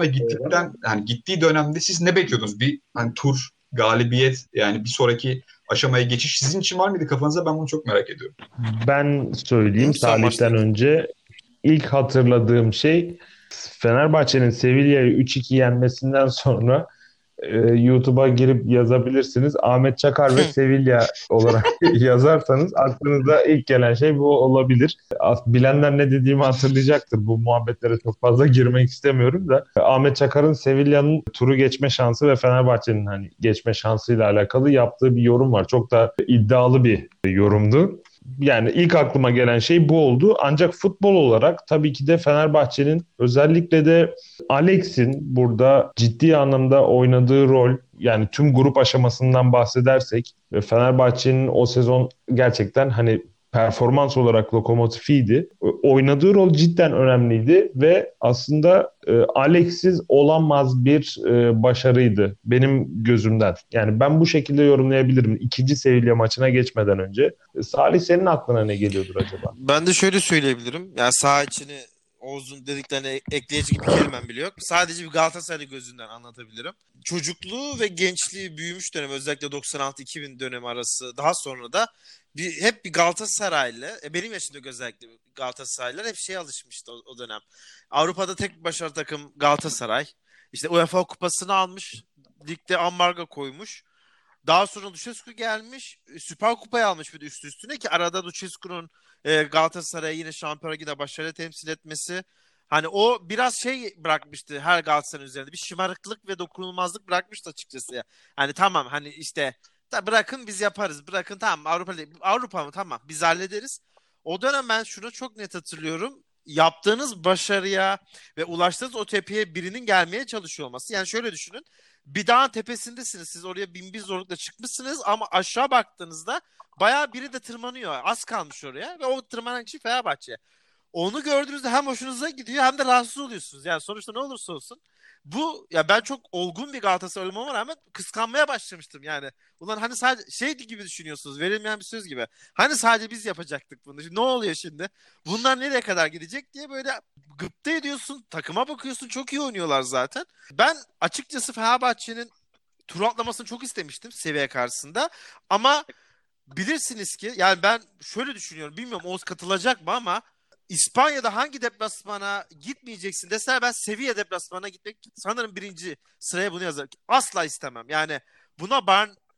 gittiği dönemde siz ne bekliyordunuz? Bir hani tur, galibiyet, yani bir sonraki aşamaya geçiş sizin için var mıydı kafanızda? Ben bunu çok merak ediyorum. Ben söyleyeyim Sen Salih'ten başla. önce ilk hatırladığım şey Fenerbahçe'nin Sevilla'yı 3-2 yenmesinden sonra YouTube'a girip yazabilirsiniz. Ahmet Çakar ve Sevilla olarak yazarsanız aklınıza ilk gelen şey bu olabilir. Bilenler ne dediğimi hatırlayacaktır. Bu muhabbetlere çok fazla girmek istemiyorum da. Ahmet Çakar'ın Sevilla'nın turu geçme şansı ve Fenerbahçe'nin hani geçme şansıyla alakalı yaptığı bir yorum var. Çok da iddialı bir yorumdu. Yani ilk aklıma gelen şey bu oldu. Ancak futbol olarak tabii ki de Fenerbahçe'nin özellikle de Alex'in burada ciddi anlamda oynadığı rol, yani tüm grup aşamasından bahsedersek Fenerbahçe'nin o sezon gerçekten hani performans olarak lokomotifiydi. Oynadığı rol cidden önemliydi ve aslında Alex'siz olamaz bir başarıydı benim gözümden. Yani ben bu şekilde yorumlayabilirim ikinci Sevilla maçına geçmeden önce. Salih, senin aklına ne geliyordur acaba? Ben de şöyle söyleyebilirim. Yani saha içini Oğuz'un dediklerine ekleyici bir kelimem bile yok. Sadece bir Galatasaray gözünden anlatabilirim. Çocukluğu ve gençliği büyümüş dönem, özellikle 96-2000 dönemi arası, daha sonra da hep bir Galatasaraylı, benim yaşımda özellikle Galatasaraylılar hep alışmıştı o dönem. Avrupa'da tek başarılı takım Galatasaray. İşte UEFA kupasını almış, ligde ambargo koymuş. Daha sonra Lucescu gelmiş. Süper Kupayı almış bir de üst üstüne, ki arada Lucescu'nun Galatasaray'a yine Şampiyonlar Ligi'nde başarılı temsil etmesi. Hani o biraz bırakmıştı her Galatasaray'ın üzerinde. Bir şımarıklık ve dokunulmazlık bırakmıştı açıkçası ya. Hani tamam, hani işte bırakın biz yaparız. Bırakın, tamam, Avrupa mı, tamam biz hallederiz. O dönem ben şunu çok net hatırlıyorum. Yaptığınız başarıya ve ulaştığınız o tepeye birinin gelmeye çalışıyor olması. Yani şöyle düşünün. Bir dağın tepesindesiniz. Siz oraya bin bir zorlukla çıkmışsınız ama aşağı baktığınızda bayağı biri de tırmanıyor. Az kalmış oraya ve o tırmanan kişi Fenerbahçe. Onu gördüğünüzde hem hoşunuza gidiyor hem de rahatsız oluyorsunuz. Yani sonuçta ne olursa olsun. Bu ya, ben çok olgun bir Galatasaray olmama rağmen kıskanmaya başlamıştım yani. Ulan hani sadece gibi düşünüyorsunuz. Verilmeyen bir söz gibi. Hani sadece biz yapacaktık bunu. Şimdi ne oluyor şimdi? Bunlar nereye kadar gidecek diye böyle gıpta ediyorsun. Takıma bakıyorsun. Çok iyi oynuyorlar zaten. Ben açıkçası Fenerbahçe'nin tur atlamasını çok istemiştim seviye karşısında. Ama bilirsiniz ki yani ben şöyle düşünüyorum. Bilmiyorum Oğuz katılacak mı ama İspanya'da hangi deplasmana gitmeyeceksin deseler ben Sevilla deplasmana gitmek sanırım birinci sıraya bunu yazarım. Asla istemem. Yani buna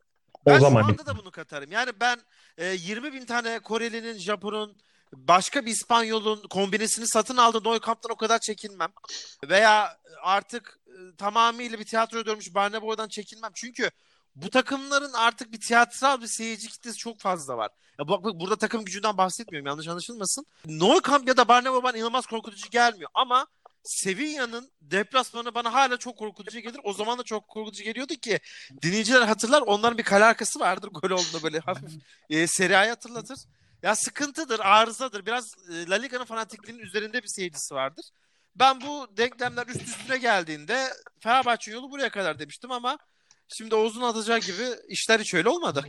O ben şu zaman anda da bunu katarım. Yani ben 20 bin tane Koreli'nin, Japon'un, başka bir İspanyol'un kombinesini satın aldığı Nou Camp'tan o kadar çekinmem. Veya artık tamamıyla bir tiyatro dönmüş Barnebo'dan çekinmem. Çünkü Bu takımların artık bir tiyatral bir seyirci kitlesi çok fazla var. Ya bak burada takım gücünden bahsetmiyorum, yanlış anlaşılmasın. Nou Camp ya da Bernabéu bana inanılmaz korkutucu gelmiyor ama Sevilla'nın deplasmanı bana hala çok korkutucu gelir. O zaman da çok korkutucu geliyordu ki dinleyiciler hatırlar, onların bir kale arkası vardır gol olduğunda böyle hafif Serie A'yı hatırlatır. Ya sıkıntıdır, arızadır. Biraz La Liga'nın fanatikliğinin üzerinde bir seyircisi vardır. Ben bu denklemler üst üstüne geldiğinde Fenerbahçe'nin yolu buraya kadar demiştim ama şimdi Oğuz'un atacağı gibi işler hiç öyle olmadı.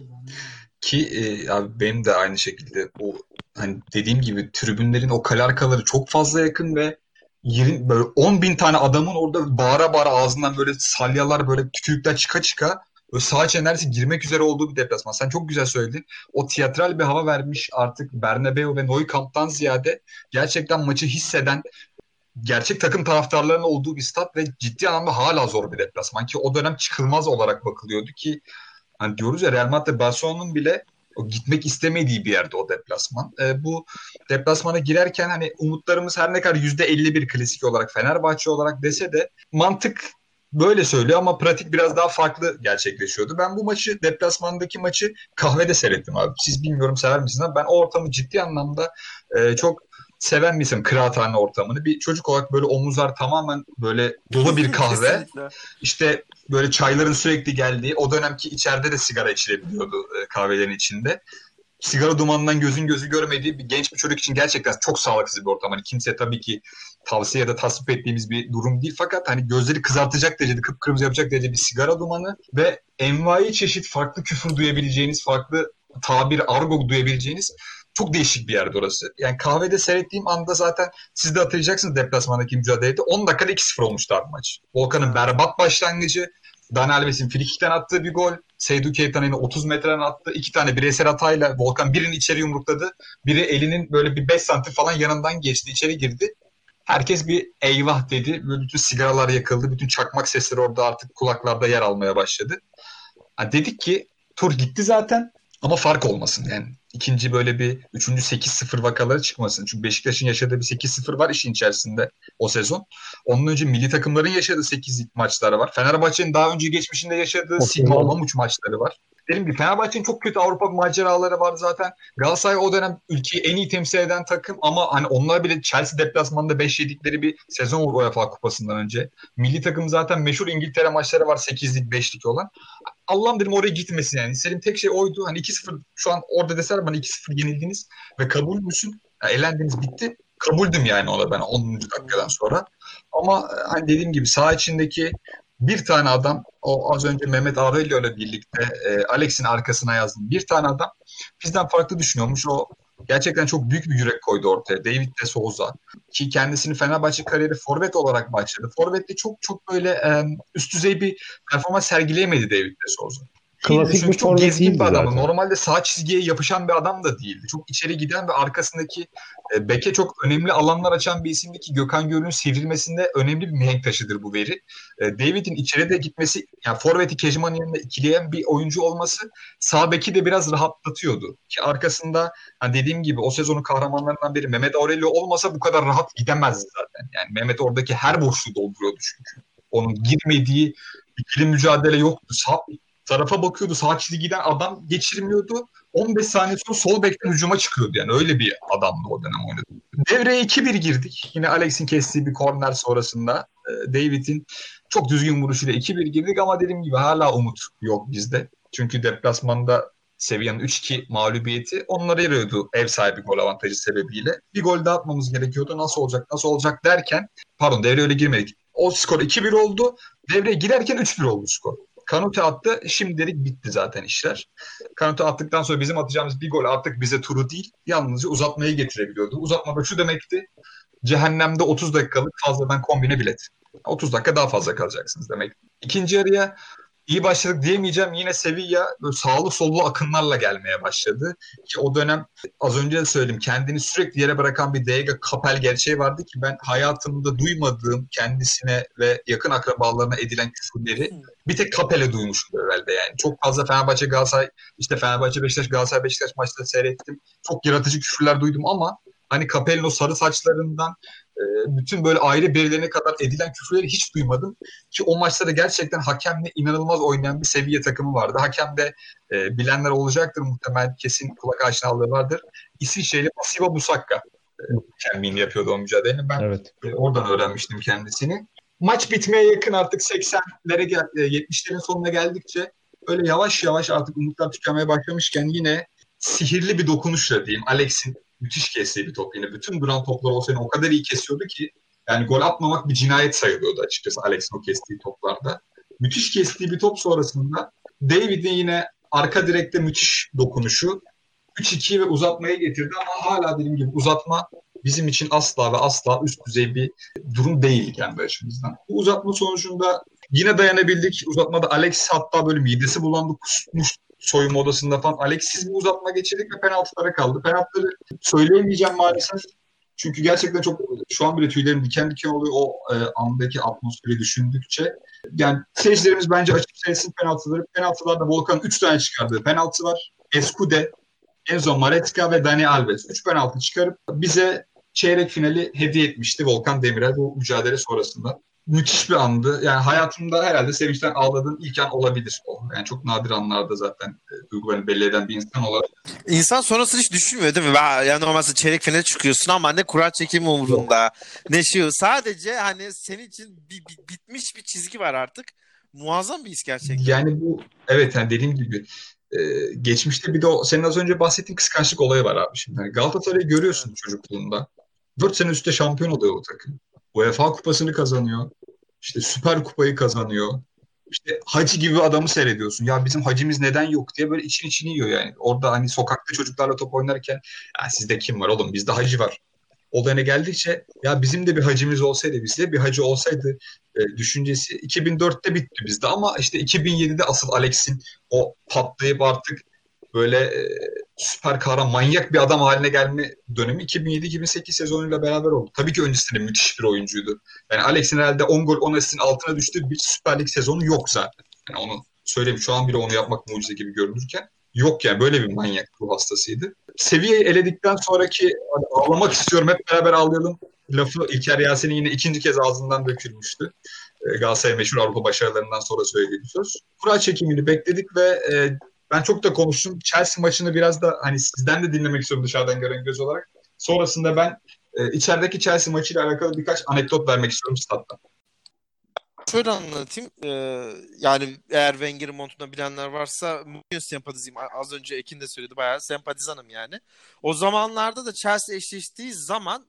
Ki abi benim de aynı şekilde o hani dediğim gibi tribünlerin o kale arkaları çok fazla yakın ve böyle 10 bin tane adamın orada bağıra bağıra ağzından böyle salyalar böyle tükürükler çıka çıka böyle saha içine neredeyse girmek üzere olduğu bir deplasman. Sen çok güzel söyledin. O tiyatral bir hava vermiş artık Bernabeu ve Nou Camp'tan ziyade gerçekten maçı hisseden gerçek takım taraftarlarının olduğu bir stat ve ciddi anlamda hala zor bir deplasman ki o dönem çıkılmaz olarak bakılıyordu ki hani diyoruz ya Real Madrid Barcelona'nın bile o gitmek istemediği bir yerde o deplasman. Bu deplasmana girerken hani umutlarımız her ne kadar %51 klasik olarak Fenerbahçe olarak dese de mantık böyle söylüyor ama pratik biraz daha farklı gerçekleşiyordu. Ben bu maçı, deplasmandaki maçı kahvede seyrettim abi. Siz bilmiyorum sever misiniz ama ben o ortamı ciddi anlamda çok seven bir insanım. Kıraathane ortamını. Bir çocuk olarak böyle omuzlar tamamen böyle dolu bir kahve. Kesinlikle. İşte böyle çayların sürekli geldiği, o dönemki içeride de sigara içilebiliyordu kahvelerin içinde. Sigara dumanından gözün gözü görmediği bir genç bir çocuk için gerçekten çok sağlıksız bir ortam. Hani kimse tabii ki tavsiye ya da tasvip ettiğimiz bir durum değil. Fakat hani gözleri kızartacak derecede, kıpkırmızı yapacak derecede bir sigara dumanı ve envai çeşit farklı küfür duyabileceğiniz, farklı tabir, argo duyabileceğiniz çok değişik bir yerde orası. Yani kahvede seyrettiğim anda zaten siz de hatırlayacaksınız deplasmandaki mücadelede 10 dakikada 2-0 olmuştu abi maç. Volkan'ın berbat başlangıcı, Dani Alves'in frikikten attığı bir gol, Seydou Keita'nın yine 30 metreden attığı 2 tane bireysel hatayla Volkan birini içeri yumrukladı. Biri elinin böyle bir 5 santim falan yanından geçti, içeri girdi. Herkes bir eyvah dedi. Böyle bütün sigaralar yakıldı. Bütün çakmak sesleri orada artık kulaklarda yer almaya başladı. Ha dedik ki tur gitti zaten ama fark olmasın yani. İkinci böyle bir üçüncü 8-0 vakaları çıkmasın. Çünkü Beşiktaş'ın yaşadığı bir 8-0 var işin içerisinde o sezon. Onun önce milli takımların yaşadığı 8'lik maçları var. Fenerbahçe'nin daha önce geçmişinde yaşadığı Sigma Mamuç maçları var. Dediğim gibi Fenerbahçe'nin çok kötü Avrupa maceraları var zaten. Galatasaray o dönem ülkeyi en iyi temsil eden takım ama hani onlar bile Chelsea deplasmanında 5 yedikleri bir sezon var UEFA Kupası'ndan önce. Milli takım zaten meşhur İngiltere maçları var 8'lik 5'lik olan. Allah'ım dedim oraya gitmesin yani. İstediğim tek şey oydu. Hani 2-0 şu an orada deseler bana 2-0 yenildiniz ve kabul müsün? Yani elendiniz bitti. Kabuldüm yani ona ben 10. dakikadan sonra. Ama hani dediğim gibi saha içindeki bir tane adam o az önce Mehmet Aurelio ile birlikte Alex'in arkasına yazdım. Bir tane adam bizden farklı düşünüyormuş. O gerçekten çok büyük bir yürek koydu ortaya. David de Souza ki kendisini Fenerbahçe kariyeri forvet olarak başladı. Forvet'te çok çok böyle üst düzey bir performans sergileyemedi David de Souza. Klasik Çünkü bir çok forvet gezgin değildi bir adam. zaten. Normalde sağ çizgiye yapışan bir adam da değildi. Çok içeri giden ve arkasındaki beke çok önemli alanlar açan bir isimdi ki Gökhan Gönül'ün sivrilmesinde önemli bir mihenk taşıdır bu veri. David'in içeride gitmesi, yani forveti Kejman'ın yanında ikileyen bir oyuncu olması sağ beki de biraz rahatlatıyordu. Ki arkasında hani dediğim gibi o sezonun kahramanlarından biri Mehmet Aurelio olmasa bu kadar rahat gidemezdi zaten. Yani Mehmet oradaki her boşluğu dolduruyordu çünkü. Onun girmediği ikili mücadele yoktu. Sağ tarafa bakıyordu. Sağ çizgiden adam geçirmiyordu. 15 saniye sonra sol bekten hücuma çıkıyordu. Yani öyle bir adamdı o dönem oynadı. Devreye 2-1 girdik. Yine Alex'in kestiği bir korner sonrasında David'in çok düzgün vuruşuyla 2-1 girdik ama dediğim gibi hala umut yok bizde. Çünkü deplasmanda Sevilla'nın 3-2 mağlubiyeti onlara yarıyordu ev sahibi gol avantajı sebebiyle. Bir gol daha atmamız gerekiyordu. Nasıl olacak derken pardon devreye öyle girmedik. O skor 2-1 oldu. Devreye girerken 3-1 oldu skor. Kanute attı. Şimdilik bitti zaten işler. Kanute attıktan sonra bizim atacağımız bir gol artık bize turu değil, yalnızca uzatmayı getirebiliyordu. Uzatmada şu demekti, cehennemde 30 dakikalık fazladan kombine bilet. 30 dakika daha fazla kalacaksınız demek. İkinci yarıya iyi başladık diyemeyeceğim. Yine Sevilla böyle sağlı sollu akınlarla gelmeye başladı. Ki o dönem az önce de söyledim kendini sürekli yere bırakan bir Diego Capel gerçeği vardı ki ben hayatımda duymadığım kendisine ve yakın akrabalarına edilen küfürleri bir tek Capel'e duymuştum herhalde yani. Çok fazla Fenerbahçe Galatasaray işte Fenerbahçe Beşiktaş Galatasaray Beşiktaş maçları seyrettim. Çok yaratıcı küfürler duydum ama hani Capel'in o sarı saçlarından Bütün böyle aile birilerine kadar edilen küfürleri hiç duymadım. Ki o maçta da gerçekten hakemle inanılmaz oynayan bir seviye takımı vardı. Hakem de bilenler olacaktır muhtemelen, kesin kulak aşinalığı vardır. İsviçreli Masiva Busakka hakemliğini yapıyordu o mücadelenin. Ben Evet. oradan öğrenmiştim kendisini. Maç bitmeye yakın, artık 80'lere 70'lerin sonuna geldikçe böyle yavaş yavaş artık umutlar tükenmeye başlamışken yine sihirli bir dokunuşla diyeyim, Alex'in müthiş kestiği bir top, yine bütün duran toplar o sene o kadar iyi kesiyordu ki yani gol atmamak bir cinayet sayılıyordu açıkçası Alex'in o kestiği toplarda. Müthiş kestiği bir top sonrasında David'in yine arka direkte müthiş dokunuşu 3-2 ve uzatmaya getirdi ama hala dediğim gibi uzatma bizim için asla ve asla üst düzey bir durum değil kendi açımızdan. Bu uzatma sonucunda yine dayanabildik. Uzatmada Alex hatta böyle midesi bulandı, kusmuş soyunma odasında falan. Alex'siz bir uzatma geçirdik ve penaltılara kaldı. Penaltıları söyleyemeyeceğim maalesef. Çünkü gerçekten çok, şu an bile tüylerim diken diken oluyor o andaki atmosferi düşündükçe. Yani seyircilerimiz bence açık seyretsin penaltıları. Penaltılarda Volkan'ın 3 tane çıkardığı penaltı var. Escude, Enzo Maresca ve Dani Alves 3 penaltı çıkarıp bize çeyrek finali hediye etmişti Volkan Demirel bu mücadele sonrasında. Müthiş bir andı. Yani hayatımda herhalde sevinçten ağladığım ilk an olabilir o. Yani çok nadir anlarda zaten duygularını belli eden bir insan olarak. İnsan sonrasını hiç düşünmüyor değil mi? Yani normalde çeyrek finale çıkıyorsun ama ne kura çekimi umurunda, ne şey. Sadece hani senin için bitmiş bir çizgi var artık. Muazzam bir his gerçekten. Yani bu, evet, yani dediğim gibi geçmişte bir de o senin az önce bahsettiğin kıskançlık olayı var abi şimdi. Yani Galatasaray'ı görüyorsun çocukluğunda. 4 sene üstte şampiyon oluyor o takım. UEFA kupasını kazanıyor. İşte Süper Kupayı kazanıyor. İşte Hacı gibi adamı seyrediyorsun. Ya bizim Hacı'miz neden yok diye böyle için içini yiyor yani. Orada hani sokakta çocuklarla top oynarken ya sizde kim var oğlum, bizde Hacı var olayına geldikçe ya bizim de bir hacimiz olsaydı, bizde bir hacı olsaydı düşüncesi 2004'te bitti bizde ama işte 2007'de asıl Alex'in o patlayıp artık böyle süper kahraman, manyak bir adam haline gelme dönemi 2007-2008 sezonuyla beraber oldu. Tabii ki öncesinde müthiş bir oyuncuydu. Yani Alex'in herhalde 10 gol 10 asistin altına düştüğü bir Süper Lig sezonu yok zaten. Yani onu söyleyeyim, şu an bile onu yapmak mucize gibi görünürken yok yani, böyle bir manyak ruh hastasıydı. Seviyeyi eledikten sonraki ağlamak istiyorum hep beraber ağlayalım lafı İlker Yasin'in yine ikinci kez ağzından dökülmüştü. Galatasaray meşhur Avrupa başarılarından sonra söylediği bir söz. Kura çekimini bekledik ve ben çok da konuştum. Chelsea maçını biraz da hani sizden de dinlemek istiyorum dışarıdan gören göz olarak. Sonrasında ben içerideki Chelsea maçıyla alakalı birkaç anekdot vermek istiyorum statta. Şöyle anlatayım. Yani eğer Wenger'in montunu bilenler varsa Mourinho sempatizmim. Az önce Ekin de söyledi. Bayağı sempatizanım yani. O zamanlarda da Chelsea eşleştiği zaman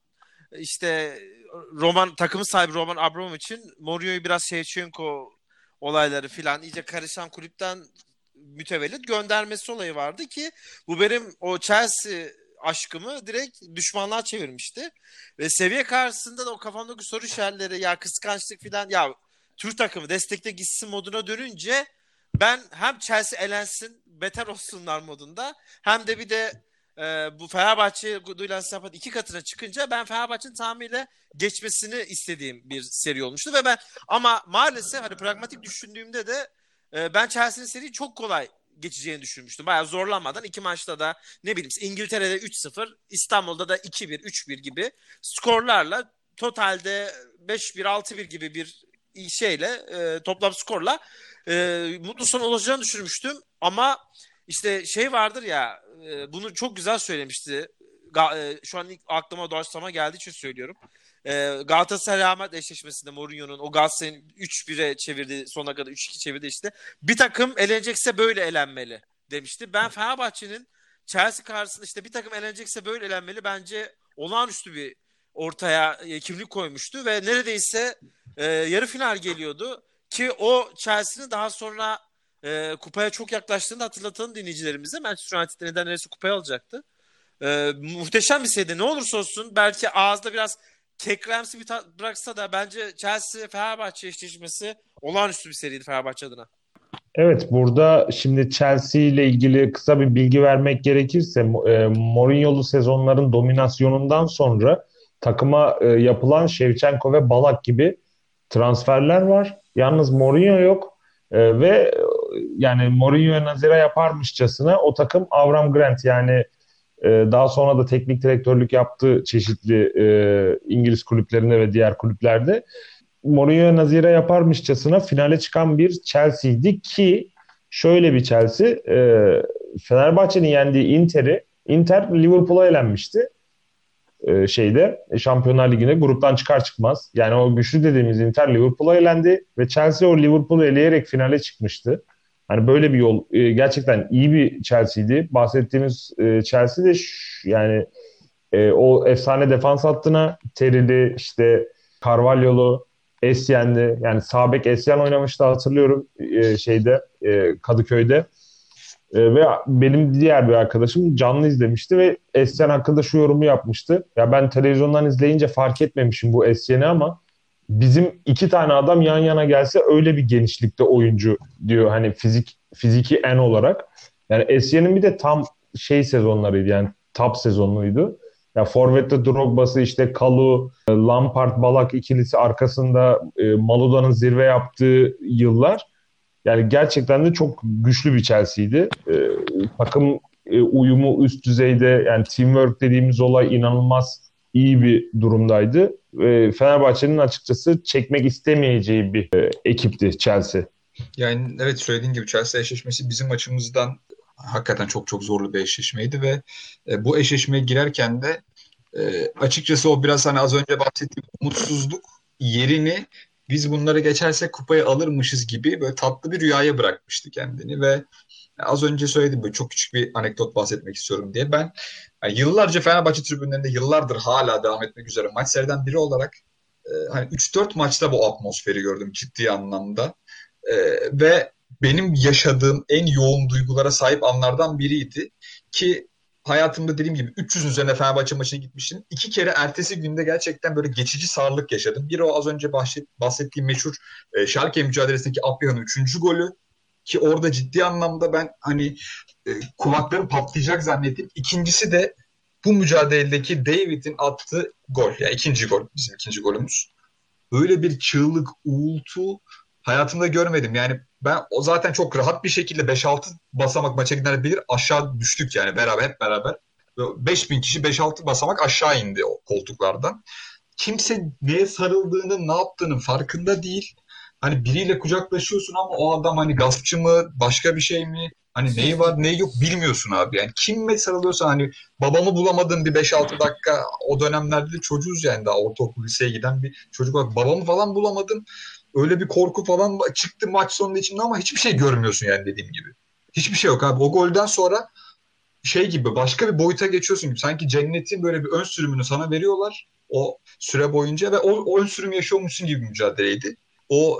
işte takımın sahibi Roman Abramovich'in Mourinho'yu biraz Shevchenko olayları filan iyice karışan kulüpten mütevellit göndermesi olayı vardı ki bu benim o Chelsea aşkımı direkt düşmanlığa çevirmişti. Ve seviye karşısında da o kafamdaki soru işaretleri ya kıskançlık filan ya Türk takımı destekte gitsin moduna dönünce ben hem Chelsea elensin beter olsunlar modunda hem de bir de bu Fenerbahçe'ye duyulan sempati 2 katına çıkınca ben Fenerbahçe'nin tamamıyla geçmesini istediğim bir seri olmuştu ve ben ama maalesef hani pragmatik düşündüğümde de ben Chelsea'nin seriyi çok kolay geçeceğini düşünmüştüm. Bayağı zorlanmadan 2 maçta da ne bileyim İngiltere'de 3-0, İstanbul'da da 2-1, 3-1 gibi skorlarla totalde 5-1, 6-1 gibi bir şeyle toplam skorla mutlu son olacağını düşünmüştüm. Ama işte şey vardır ya bunu çok güzel söylemişti. Şu an ilk aklıma doğaçlama geldiği için söylüyorum. Galatasaray Real Madrid eşleşmesinde Mourinho'nun o Galatasaray'ın 3-1'e çevirdi, sona kadar 3-2 çevirdi işte. Bir takım elenecekse böyle elenmeli demişti. Ben Fenerbahçe'nin Chelsea karşısında işte bir takım elenecekse böyle elenmeli bence olağanüstü bir ortaya kimlik koymuştu ve neredeyse yarı final geliyordu ki o Chelsea'nin daha sonra kupaya çok yaklaştığını hatırlatalım dinleyicilerimize. Manchester United neden neresi kupaya alacaktı. Muhteşem bir seriydi. Ne olursa olsun belki ağızda biraz kekremsi bir tat bıraksa da bence Chelsea-Fenerbahçe eşleşmesi olağanüstü bir seriydi Fenerbahçe adına. Evet, burada şimdi Chelsea ile ilgili kısa bir bilgi vermek gerekirse Mourinho'lu sezonların dominasyonundan sonra takıma yapılan Shevchenko ve Balak gibi transferler var. Yalnız Mourinho yok ve yani Mourinho'ya nazire yaparmışçasına o takım Avram Grant yani Daha sonra da teknik direktörlük yaptı çeşitli İngiliz kulüplerinde ve diğer kulüplerde. Mourinho'ya nazire yaparmışçasına finale çıkan bir Chelsea'ydi ki şöyle bir Chelsea, Fenerbahçe'nin yendiği Inter Liverpool'a elenmişti Şampiyonlar Ligi'nde gruptan çıkar çıkmaz. Yani o güçlü dediğimiz Inter Liverpool'a elendi ve Chelsea o Liverpool'u eleyerek finale çıkmıştı. Hani böyle bir yol gerçekten iyi bir Chelsea'ydi. Bahsettiğimiz Chelsea de yani o efsane defans hattına Terili, işte Carvalho'lu, Essyen'li, yani sağ bek Essyen oynamıştı hatırlıyorum Kadıköy'de. Ve benim diğer bir arkadaşım canlı izlemişti ve Essyen hakkında şu yorumu yapmıştı. Ya ben televizyondan izleyince fark etmemişim bu Essyen'i ama bizim iki tane adam yan yana gelse öyle bir genişlikte oyuncu diyor, hani fiziki en olarak. Yani Essyen'in bir de tam sezonlarıydı, yani top sezonluydu. Ya forvette Drogba'sı, işte Kalu, Lampard, Balak ikilisi arkasında Maluda'nın zirve yaptığı yıllar. Yani gerçekten de çok güçlü bir Chelsea'ydi. Takım uyumu üst düzeyde, yani teamwork dediğimiz olay inanılmaz iyi bir durumdaydı. Fenerbahçe'nin açıkçası çekmek istemeyeceği bir ekipti Chelsea. Yani evet, söylediğin gibi Chelsea eşleşmesi bizim açımızdan hakikaten çok çok zorlu bir eşleşmeydi ve bu eşleşmeye girerken de açıkçası o biraz hani az önce bahsettiğim umutsuzluk yerini biz bunları geçersek kupayı alırmışız gibi böyle tatlı bir rüyaya bırakmıştı kendini ve az önce söyledim, böyle çok küçük bir anekdot bahsetmek istiyorum diye. Ben yani yıllarca Fenerbahçe tribünlerinde, yıllardır hala devam etmek üzere maç seyreden biri olarak hani 3-4 maçta bu atmosferi gördüm ciddi anlamda. Ve benim yaşadığım en yoğun duygulara sahip anlardan biriydi ki hayatımda dediğim gibi 300'ün üzerine Fenerbahçe maçına gitmiştim. 2 kere ertesi günde gerçekten böyle geçici sağırlık yaşadım. Biri o az önce bahsettiğim meşhur Schalke mücadelesindeki Apyah'ın 3. golü ki orada ciddi anlamda ben hani kulaklarım patlayacak zannettim. İkincisi de bu mücadeledeki David'in attığı gol. Yani ikinci gol, bizim ikinci golümüz. Öyle bir çığlık, uğultu hayatımda görmedim. Yani ben o zaten çok rahat bir şekilde 5-6 basamak maça gidebilir. Aşağı düştük yani hep beraber. 5.000 kişi 5-6 basamak aşağı indi o koltuklardan. Kimse neye sarıldığını, ne yaptığının farkında değil. Hani biriyle kucaklaşıyorsun ama o adam hani gaspçı mı, başka bir şey mi? Hani neyi var, neyi yok bilmiyorsun abi. Yani kime sarılıyorsan, hani babamı bulamadım bir 5-6 dakika, o dönemlerde de çocuğuz yani, daha ortaokul, liseye giden bir çocuk olarak babamı falan bulamadım. Öyle bir korku falan çıktı maç sonunda içimde ama hiçbir şey görmüyorsun yani, dediğim gibi. Hiçbir şey yok abi. O golden sonra şey gibi başka bir boyuta geçiyorsun gibi. Sanki cennetin böyle bir ön sürümünü sana veriyorlar o süre boyunca ve o ön sürüm yaşıyormuşsun gibi bir mücadeleydi. O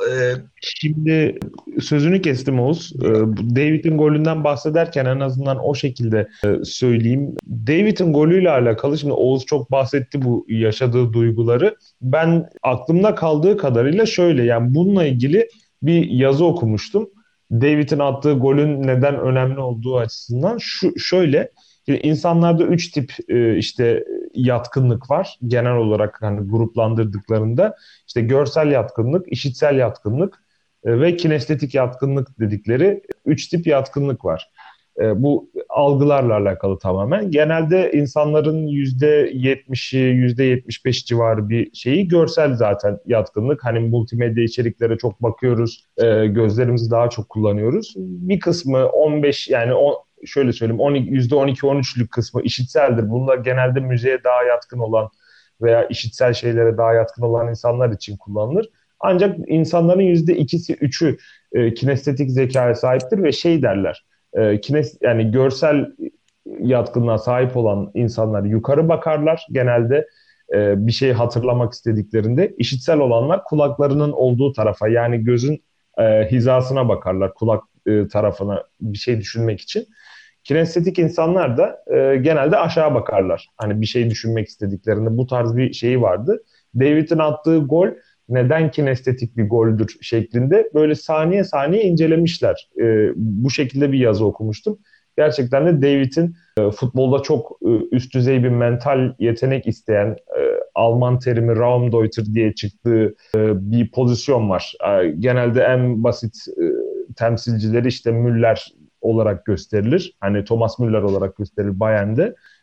Şimdi sözünü kestim Oğuz. David'in golünden bahsederken en azından o şekilde söyleyeyim. David'in golüyle alakalı, şimdi Oğuz çok bahsetti bu yaşadığı duyguları. Ben aklımda kaldığı kadarıyla şöyle, yani bununla ilgili bir yazı okumuştum. David'in attığı golün neden önemli olduğu açısından şöyle. İnsanlarda 3 tip işte yatkınlık var. Genel olarak hani gruplandırdıklarında işte görsel yatkınlık, işitsel yatkınlık ve kinestetik yatkınlık dedikleri 3 tip yatkınlık var. Bu algılarla alakalı tamamen. Genelde insanların %70'i, %75 civarı bir şeyi görsel zaten yatkınlık. Hani multimedya içeriklere çok bakıyoruz, gözlerimizi daha çok kullanıyoruz. Bir kısmı 15, yani şöyle söyleyeyim, %12-13'lük kısmı işitseldir. Bunlar genelde müziğe daha yatkın olan veya işitsel şeylere daha yatkın olan insanlar için kullanılır. Ancak insanların %2'si 3'ü kinestetik zekaya sahiptir ve şey derler. Yani görsel yatkınlığa sahip olan insanlar yukarı bakarlar genelde bir şey hatırlamak istediklerinde. İşitsel olanlar kulaklarının olduğu tarafa, yani gözün hizasına bakarlar, kulak tarafına bir şey düşünmek için. Kinestetik insanlar da genelde aşağı bakarlar. Hani bir şey düşünmek istediklerinde bu tarz bir şeyi vardı. David'in attığı gol neden kinestetik bir goldür şeklinde böyle saniye saniye incelemişler. Bu şekilde bir yazı okumuştum. Gerçekten de David'in futbolda çok üst düzey bir mental yetenek isteyen, Alman terimi Raumdeuter diye çıktığı bir pozisyon var. Genelde en basit temsilcileri işte Müller olarak gösterilir. Hani Thomas Müller olarak gösterilir Bayern'de.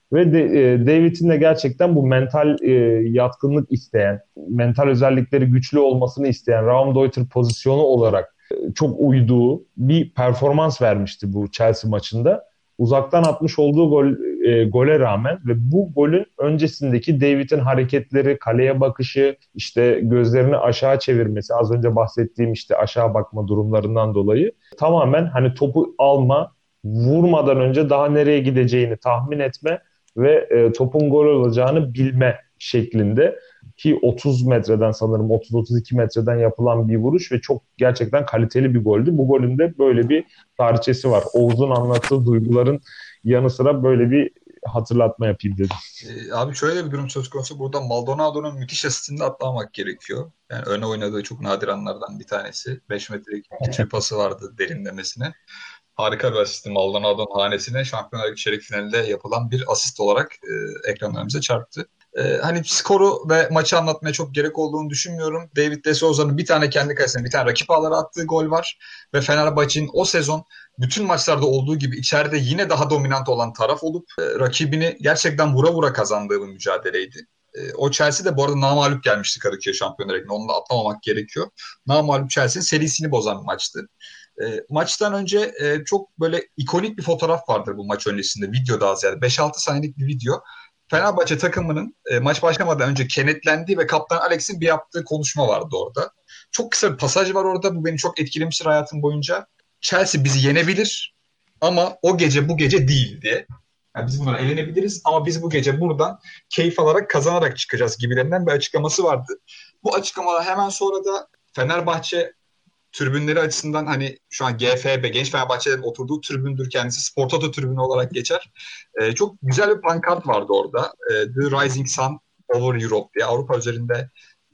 David'in de gerçekten bu mental yatkınlık isteyen, mental özellikleri güçlü olmasını isteyen Raumdeuter pozisyonu olarak çok uyduğu bir performans vermişti bu Chelsea maçında. Uzaktan atmış olduğu gole rağmen ve bu golün öncesindeki David'in hareketleri, kaleye bakışı, işte gözlerini aşağı çevirmesi, az önce bahsettiğim işte aşağı bakma durumlarından dolayı tamamen hani topu alma, vurmadan önce daha nereye gideceğini tahmin etme ve topun gol olacağını bilme şeklinde, ki 30 metreden, sanırım 30-32 metreden yapılan bir vuruş ve çok gerçekten kaliteli bir goldü. Bu golün de böyle bir tarihçesi var. Oğuz'un anlattığı duyguların yanı sıra böyle bir hatırlatma yapayım dedim. Abi şöyle bir durum söz konusu. Burada Maldonado'nun müthiş asistini atlamak gerekiyor. Yani öne oynadığı çok nadir anlardan bir tanesi. 5 metrelik bir pası vardı derinlemesine. Harika bir asist Maldonado'nun hanesine Şampiyonlar Ligi çeyrek finalinde yapılan bir asist olarak ekranlarımıza çarptı. Hani skoru ve maçı anlatmaya çok gerek olduğunu düşünmüyorum. David de Souza'nın bir tane kendi kalesine, bir tane rakip ağlara attığı gol var. Ve Fenerbahçe'nin o sezon bütün maçlarda olduğu gibi içeride yine daha dominant olan taraf olup rakibini gerçekten vura vura kazandığı bir mücadeleydi. O Chelsea de bu arada namağlup gelmişti Kadıköy Şampiyonlar Ligi'ne. Onu da atlamamak gerekiyor. Namağlup Chelsea'nin serisini bozan bir maçtı. Maçtan önce çok böyle ikonik bir fotoğraf vardır bu maç öncesinde. Video daha ziyade. 5-6 saniyelik bir video. Fenerbahçe takımının maç başlamadan önce kenetlendiği ve Kaptan Alex'in bir yaptığı konuşma vardı orada. Çok kısa bir pasaj var orada. Bu beni çok etkilemiştir hayatım boyunca. Chelsea bizi yenebilir ama o gece bu gece değil diye. Yani biz bunlara elenebiliriz ama biz bu gece buradan keyif alarak, kazanarak çıkacağız gibilerinden bir açıklaması vardı. Bu açıklamadan hemen sonra da Fenerbahçe tribünleri açısından hani şu an GFB, Genç Fenerbahçe'nin oturduğu tribündür kendisi. Spor Toto tribünü olarak geçer. Çok güzel bir pankart vardı orada. The Rising Sun Over Europe diye Avrupa üzerindeki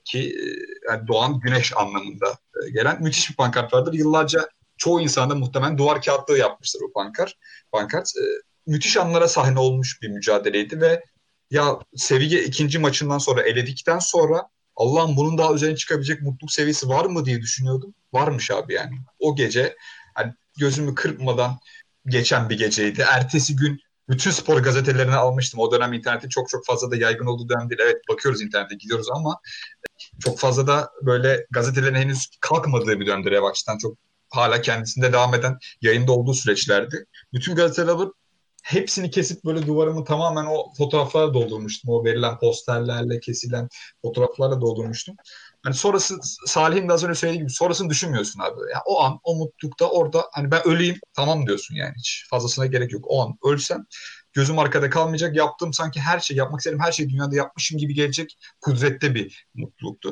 yani doğan güneş anlamında gelen müthiş bir pankart vardır. Yıllarca çoğu insanda muhtemelen duvar kağıtlığı yapmıştır o pankart. Müthiş anlara sahne olmuş bir mücadeleydi ve ya Sevilla ikinci maçından sonra eledikten sonra Allah'ım bunun daha üzerine çıkabilecek mutluluk seviyesi var mı diye düşünüyordum. Varmış abi yani. O gece hani gözümü kırpmadan geçen bir geceydi. Ertesi gün bütün spor gazetelerini almıştım. O dönem internetin çok çok fazla da yaygın olduğu dönem değil. Evet bakıyoruz internete gidiyoruz ama çok fazla da böyle gazetelerin henüz kalkmadığı bir dönemdir Revaç'tan. Çok hala kendisinde devam eden yayında olduğu süreçlerdi. Bütün gazeteleri alıp hepsini kesip böyle duvarımı tamamen o fotoğraflarla doldurmuştum. O verilen posterlerle, kesilen fotoğraflarla doldurmuştum. Hani sonrası Salih'in de az önce söylediği gibi sonrasını düşünmüyorsun abi. Ya o an, o mutlulukta orada hani ben öleyim tamam diyorsun yani hiç fazlasına gerek yok. O an ölsem gözüm arkada kalmayacak. Yaptığım sanki her şey, yapmak istediğim her şeyi dünyada yapmışım gibi gelecek kudrette bir mutluluktu.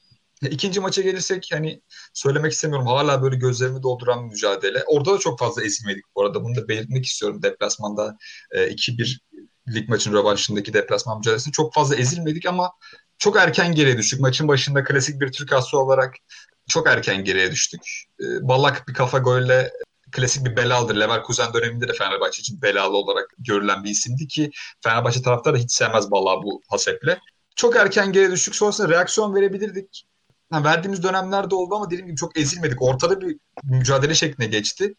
İkinci maça gelirsek hani söylemek istemiyorum hala böyle gözlerimi dolduran bir mücadele. Orada da çok fazla ezilmedik bu arada. Bunu da belirtmek istiyorum. Deplasmanda 2-1 lig maçının rövanşındaki deplasman mücadelesinde çok fazla ezilmedik ama çok erken geriye düştük. Maçın başında klasik bir Türk aslı olarak çok erken geriye düştük. Balak bir kafa golle klasik bir belalıdır. Leverkusen döneminde de Fenerbahçe için belalı olarak görülen bir isimdi ki Fenerbahçe taraftarı da hiç sevmez Balak'ı bu haseple. Çok erken geriye düştük. Sonrasında reaksiyon verebilirdik. Verdiğimiz dönemlerde oldu ama dediğim gibi çok ezilmedik. Ortada bir mücadele şekline geçti.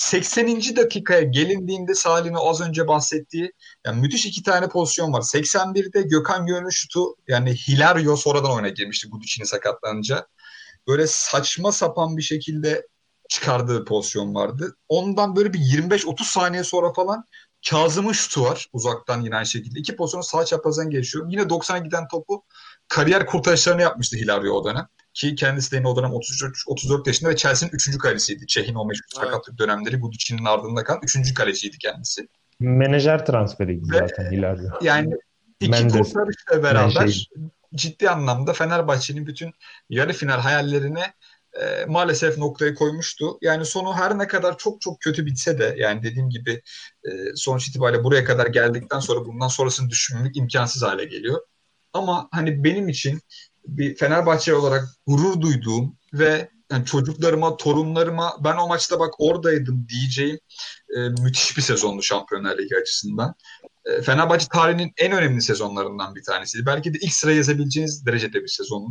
80. dakikaya gelindiğinde Salih'in az önce bahsettiği yani müthiş iki tane pozisyon var. 81'de Gökhan Gönül'ün şutu yani Hilario sonradan oyuna girmişti Gudići'nin sakatlanınca. Böyle saçma sapan bir şekilde çıkardığı pozisyon vardı. Ondan böyle bir 25-30 saniye sonra falan Kazım'ın şutu var uzaktan yine aynı şekilde. İki pozisyonu sağ çaprazdan geçiyor. Yine 90'a giden topu kariyer kurtarışlarını yapmıştı Hilario o dönem. Ki kendisi de yine o dönem 34 yaşında ve Chelsea'nin 3. kaleciydi. Çeh'in o meşhur sakatlık dönemleri Gudići'nin ardında kalan 3. kaleciydi kendisi. Menajer transferiydi Ve zaten Hilario. yani iki Mendes, kurtarışla beraber Menşei. ciddi anlamda Fenerbahçe'nin bütün yarı final hayallerine maalesef noktayı koymuştu. Yani sonu her ne kadar çok çok kötü bitse de yani dediğim gibi sonuç itibariyle buraya kadar geldikten sonra bundan sonrasını düşünmek imkansız hale geliyor. Ama hani benim için bir Fenerbahçe olarak gurur duyduğum ve yani çocuklarıma, torunlarıma ben o maçta bak oradaydım diyeceğim müthiş bir sezondu Şampiyonlar Ligi açısından. Fenerbahçe tarihinin en önemli sezonlarından bir tanesiydi. Belki de ilk sıraya yazabileceğiniz derecede bir sezondu.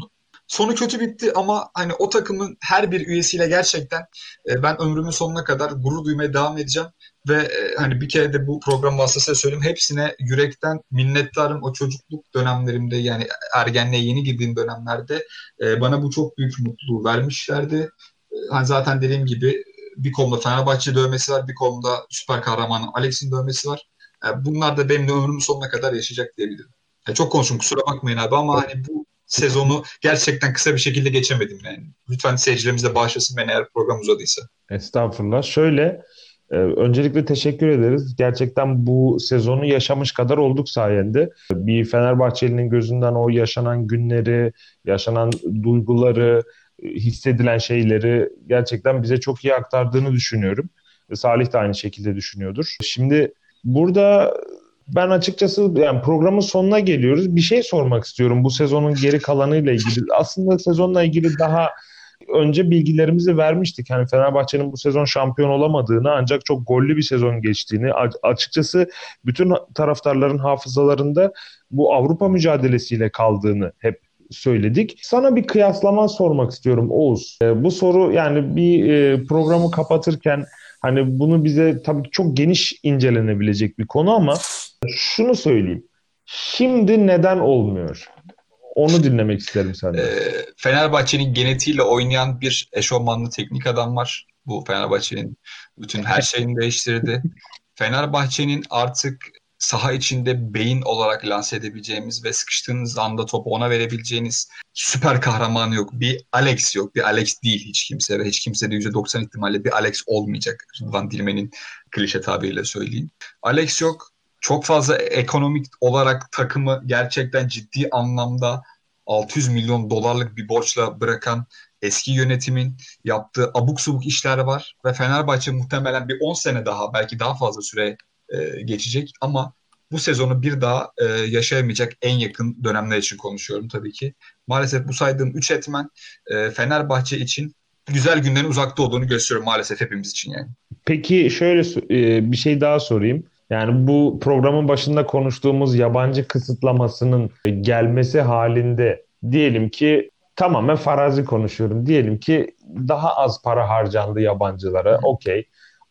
Sonu kötü bitti ama hani o takımın her bir üyesiyle gerçekten ben ömrümün sonuna kadar gurur duymaya devam edeceğim. Ve hani bir kere de bu program vasıtasıyla söyleyeyim, hepsine yürekten minnettarım. O çocukluk dönemlerimde, yani ergenliğe yeni girdiğim dönemlerde bana bu çok büyük mutluluğu vermişlerdi. Hani zaten dediğim gibi bir kolumda Fenerbahçe dövmesi var, bir kolumda süper kahraman Alex'in dövmesi var. Bunlar da benimle ömrümün sonuna kadar yaşayacak diyebilirim. Çok konuştum, kusura bakmayın abi, ama hani bu sezonu gerçekten kısa bir şekilde geçemedim yani. Lütfen seyircilerimiz de bağışlasın beni eğer program uzadıysa. Estağfurullah. Şöyle, öncelikle teşekkür ederiz. Gerçekten bu sezonu yaşamış kadar olduk sayende. Bir Fenerbahçeli'nin gözünden o yaşanan günleri, yaşanan duyguları, hissedilen şeyleri gerçekten bize çok iyi aktardığını düşünüyorum. Salih de aynı şekilde düşünüyordur. Şimdi burada ben açıkçası yani programın sonuna geliyoruz. Bir şey sormak istiyorum bu sezonun geri kalanıyla ilgili. Aslında sezonla ilgili daha önce bilgilerimizi vermiştik. Hani Fenerbahçe'nin bu sezon şampiyon olamadığını, ancak çok gollü bir sezon geçtiğini, açıkçası bütün taraftarların hafızalarında bu Avrupa mücadelesiyle kaldığını hep söyledik. Sana bir kıyaslama sormak istiyorum Oğuz. Bu soru yani bir programı kapatırken hani bunu bize tabii ki çok geniş incelenebilecek bir konu ama şunu söyleyeyim. Şimdi neden olmuyor? Onu dinlemek isterim senden. Fenerbahçe'nin genetiğiyle oynayan bir eşofmanlı teknik adam var. Bu Fenerbahçe'nin bütün her şeyini değiştirdi. Fenerbahçe'nin artık saha içinde beyin olarak lanse edebileceğimiz ve sıkıştığınız anda topu ona verebileceğiniz süper kahramanı yok. Bir Alex yok. Bir Alex değil hiç kimse ve hiç kimse de %90 ihtimalle bir Alex olmayacak. Rıdvan Dilmen'in klişe tabiriyle söyleyeyim. Alex yok. Çok fazla ekonomik olarak takımı gerçekten ciddi anlamda 600 milyon dolarlık bir borçla bırakan eski yönetimin yaptığı abuk subuk işler var ve Fenerbahçe muhtemelen bir 10 sene daha, belki daha fazla süre geçecek ama bu sezonu bir daha yaşayamayacak, en yakın dönemler için konuşuyorum tabii ki. Maalesef bu saydığım 3 etmen Fenerbahçe için güzel günlerin uzakta olduğunu gösteriyor maalesef hepimiz için yani. Peki şöyle bir şey daha sorayım. Yani bu programın başında konuştuğumuz yabancı kısıtlamasının gelmesi halinde diyelim ki tamamen farazi konuşuyorum. Diyelim ki daha az para harcandı yabancılara. Okey.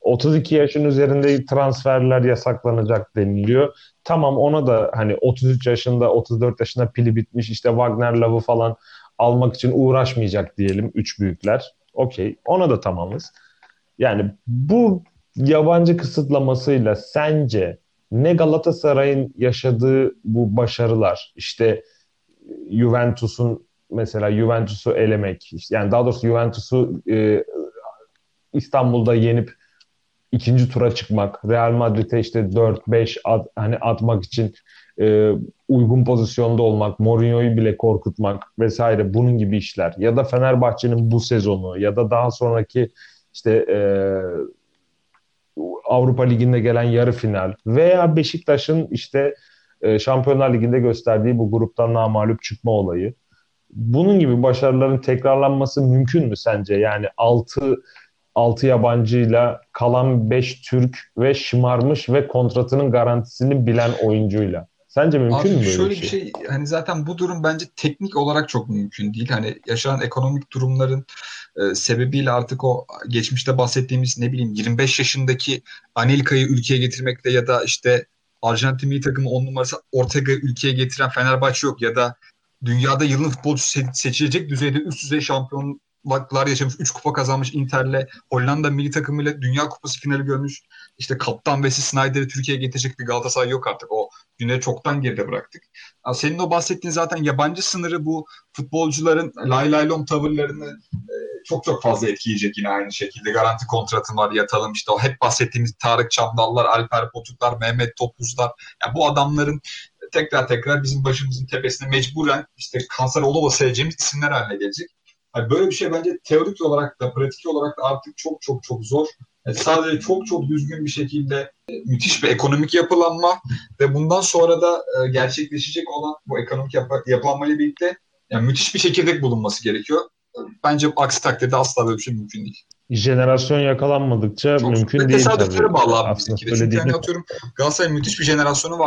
32 yaşın üzerinde transferler yasaklanacak deniliyor. Tamam, ona da hani 33 yaşında 34 yaşında pili bitmiş işte Wagner Love'ı falan almak için uğraşmayacak diyelim üç büyükler. Okey. Ona da tamamız. Yani bu yabancı kısıtlamasıyla sence ne Galatasaray'ın yaşadığı bu başarılar, işte Juventus'un mesela Juventus'u elemek, işte yani daha doğrusu Juventus'u İstanbul'da yenip ikinci tura çıkmak, Real Madrid'e işte 4-5 hani atmak için e, uygun pozisyonda olmak, Mourinho'yu bile korkutmak vesaire, bunun gibi işler ya da Fenerbahçe'nin bu sezonu ya da daha sonraki işte Avrupa Ligi'nde gelen yarı final veya Beşiktaş'ın işte Şampiyonlar Ligi'nde gösterdiği bu gruptan namağlup çıkma olayı. Bunun gibi başarıların tekrarlanması mümkün mü sence? Yani altı yabancıyla, kalan 5 Türk ve şımarmış ve kontratının garantisini bilen oyuncuyla. Sence mümkün Abi mü böyle bir şöyle bir şey? şey, hani zaten bu durum bence teknik olarak çok mümkün değil. Hani yaşanan ekonomik durumların sebebiyle artık o geçmişte bahsettiğimiz ne bileyim 25 yaşındaki Anelka'yı ülkeye getirmekte ya da işte Arjantin milli takımı 10 numarası Ortega'yı ülkeye getiren Fenerbahçe yok ya da dünyada yılın futbolcusu seçilecek düzeyde üst düzey şampiyonluklar yaşamış, 3 kupa kazanmış Inter'le, Hollanda milli takımıyla Dünya Kupası finali görmüş. İşte kaptan Wesley Sneijder'i Türkiye'ye getirecek bir Galatasaray yok artık. O günleri çoktan geride bıraktık. Senin o bahsettiğin zaten yabancı sınırı bu futbolcuların lay lay lom tavırlarını çok çok fazla etkileyecek yine aynı şekilde. Garanti kontratım var, yatalım, işte o hep bahsettiğimiz Tarık Çamdallar, Alper Potuklar, Mehmet Topuzlar. Yani bu adamların tekrar tekrar bizim başımızın tepesine mecburen işte kanser ola sayacağımız isimler haline gelecek. Yani böyle bir şey bence teorik olarak da pratik olarak da artık çok çok çok zor. Yani sadece çok çok düzgün bir şekilde müthiş bir ekonomik yapılanma ve bundan sonra da gerçekleşecek olan bu ekonomik yapılanmayla birlikte yani müthiş bir çekirdek bulunması gerekiyor. Bence aksi takdirde asla böyle bir şey mümkün değil. Jenerasyon yakalanmadıkça Çok zor. mümkün Ve değil tabii. tesadüflere bağlı abi Aslında bizimki de. Çünkü söylediğin hani atıyorum Galatasaray'ın müthiş bir jenerasyonu vardı.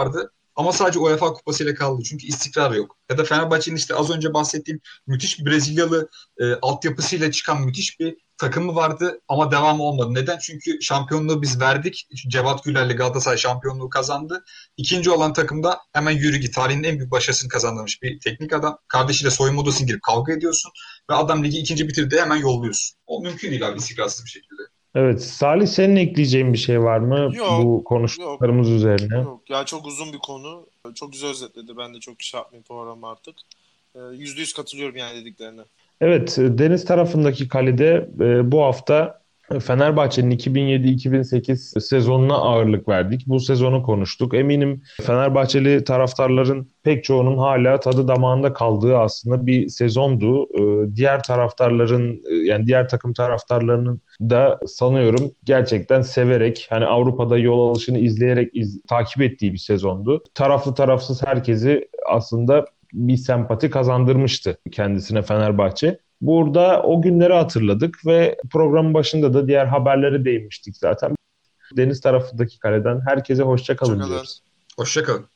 Ama sadece UEFA kupasıyla kaldı. Çünkü istikrar yok. Ya da Fenerbahçe'nin işte az önce bahsettiğim müthiş bir Brezilyalı altyapısıyla çıkan müthiş bir takımı vardı ama devamı olmadı. Neden? Çünkü şampiyonluğu biz verdik. Cevat Güler'le Galatasaray şampiyonluğu kazandı. İkinci olan takımda hemen yürü git. Tarihin en büyük başarısını kazandırmış bir teknik adam. Kardeşiyle soyunma odasına girip kavga ediyorsun ve adam ligi ikinci bitirdi hemen yolluyorsun. O mümkün değil abi istikrarsız bir şekilde. Evet. Salih, senin ekleyeceğin bir şey var mı Yok, bu yok, konuştuklarımız üzerine? yok. Ya çok uzun bir konu. Çok güzel özetledi. Ben de çok şey yapmayayım programı artık. %100 katılıyorum yani dediklerine. Evet, Deniz tarafındaki kalede bu hafta Fenerbahçe'nin 2007-2008 sezonuna ağırlık verdik. Bu sezonu konuştuk. Eminim Fenerbahçeli taraftarların pek çoğunun hala tadı damağında kaldığı aslında bir sezondu. Diğer taraftarların, yani diğer takım taraftarlarının da sanıyorum gerçekten severek, hani Avrupa'da yol alışını izleyerek takip ettiği bir sezondu. Taraflı tarafsız herkesi aslında bir sempati kazandırmıştı kendisine Fenerbahçe. Burada o günleri hatırladık ve programın başında da diğer haberlere değinmiştik zaten. Deniz tarafındaki kaleden herkese hoşça kalın Hoşçakalın. diyoruz. Hoşça kalın.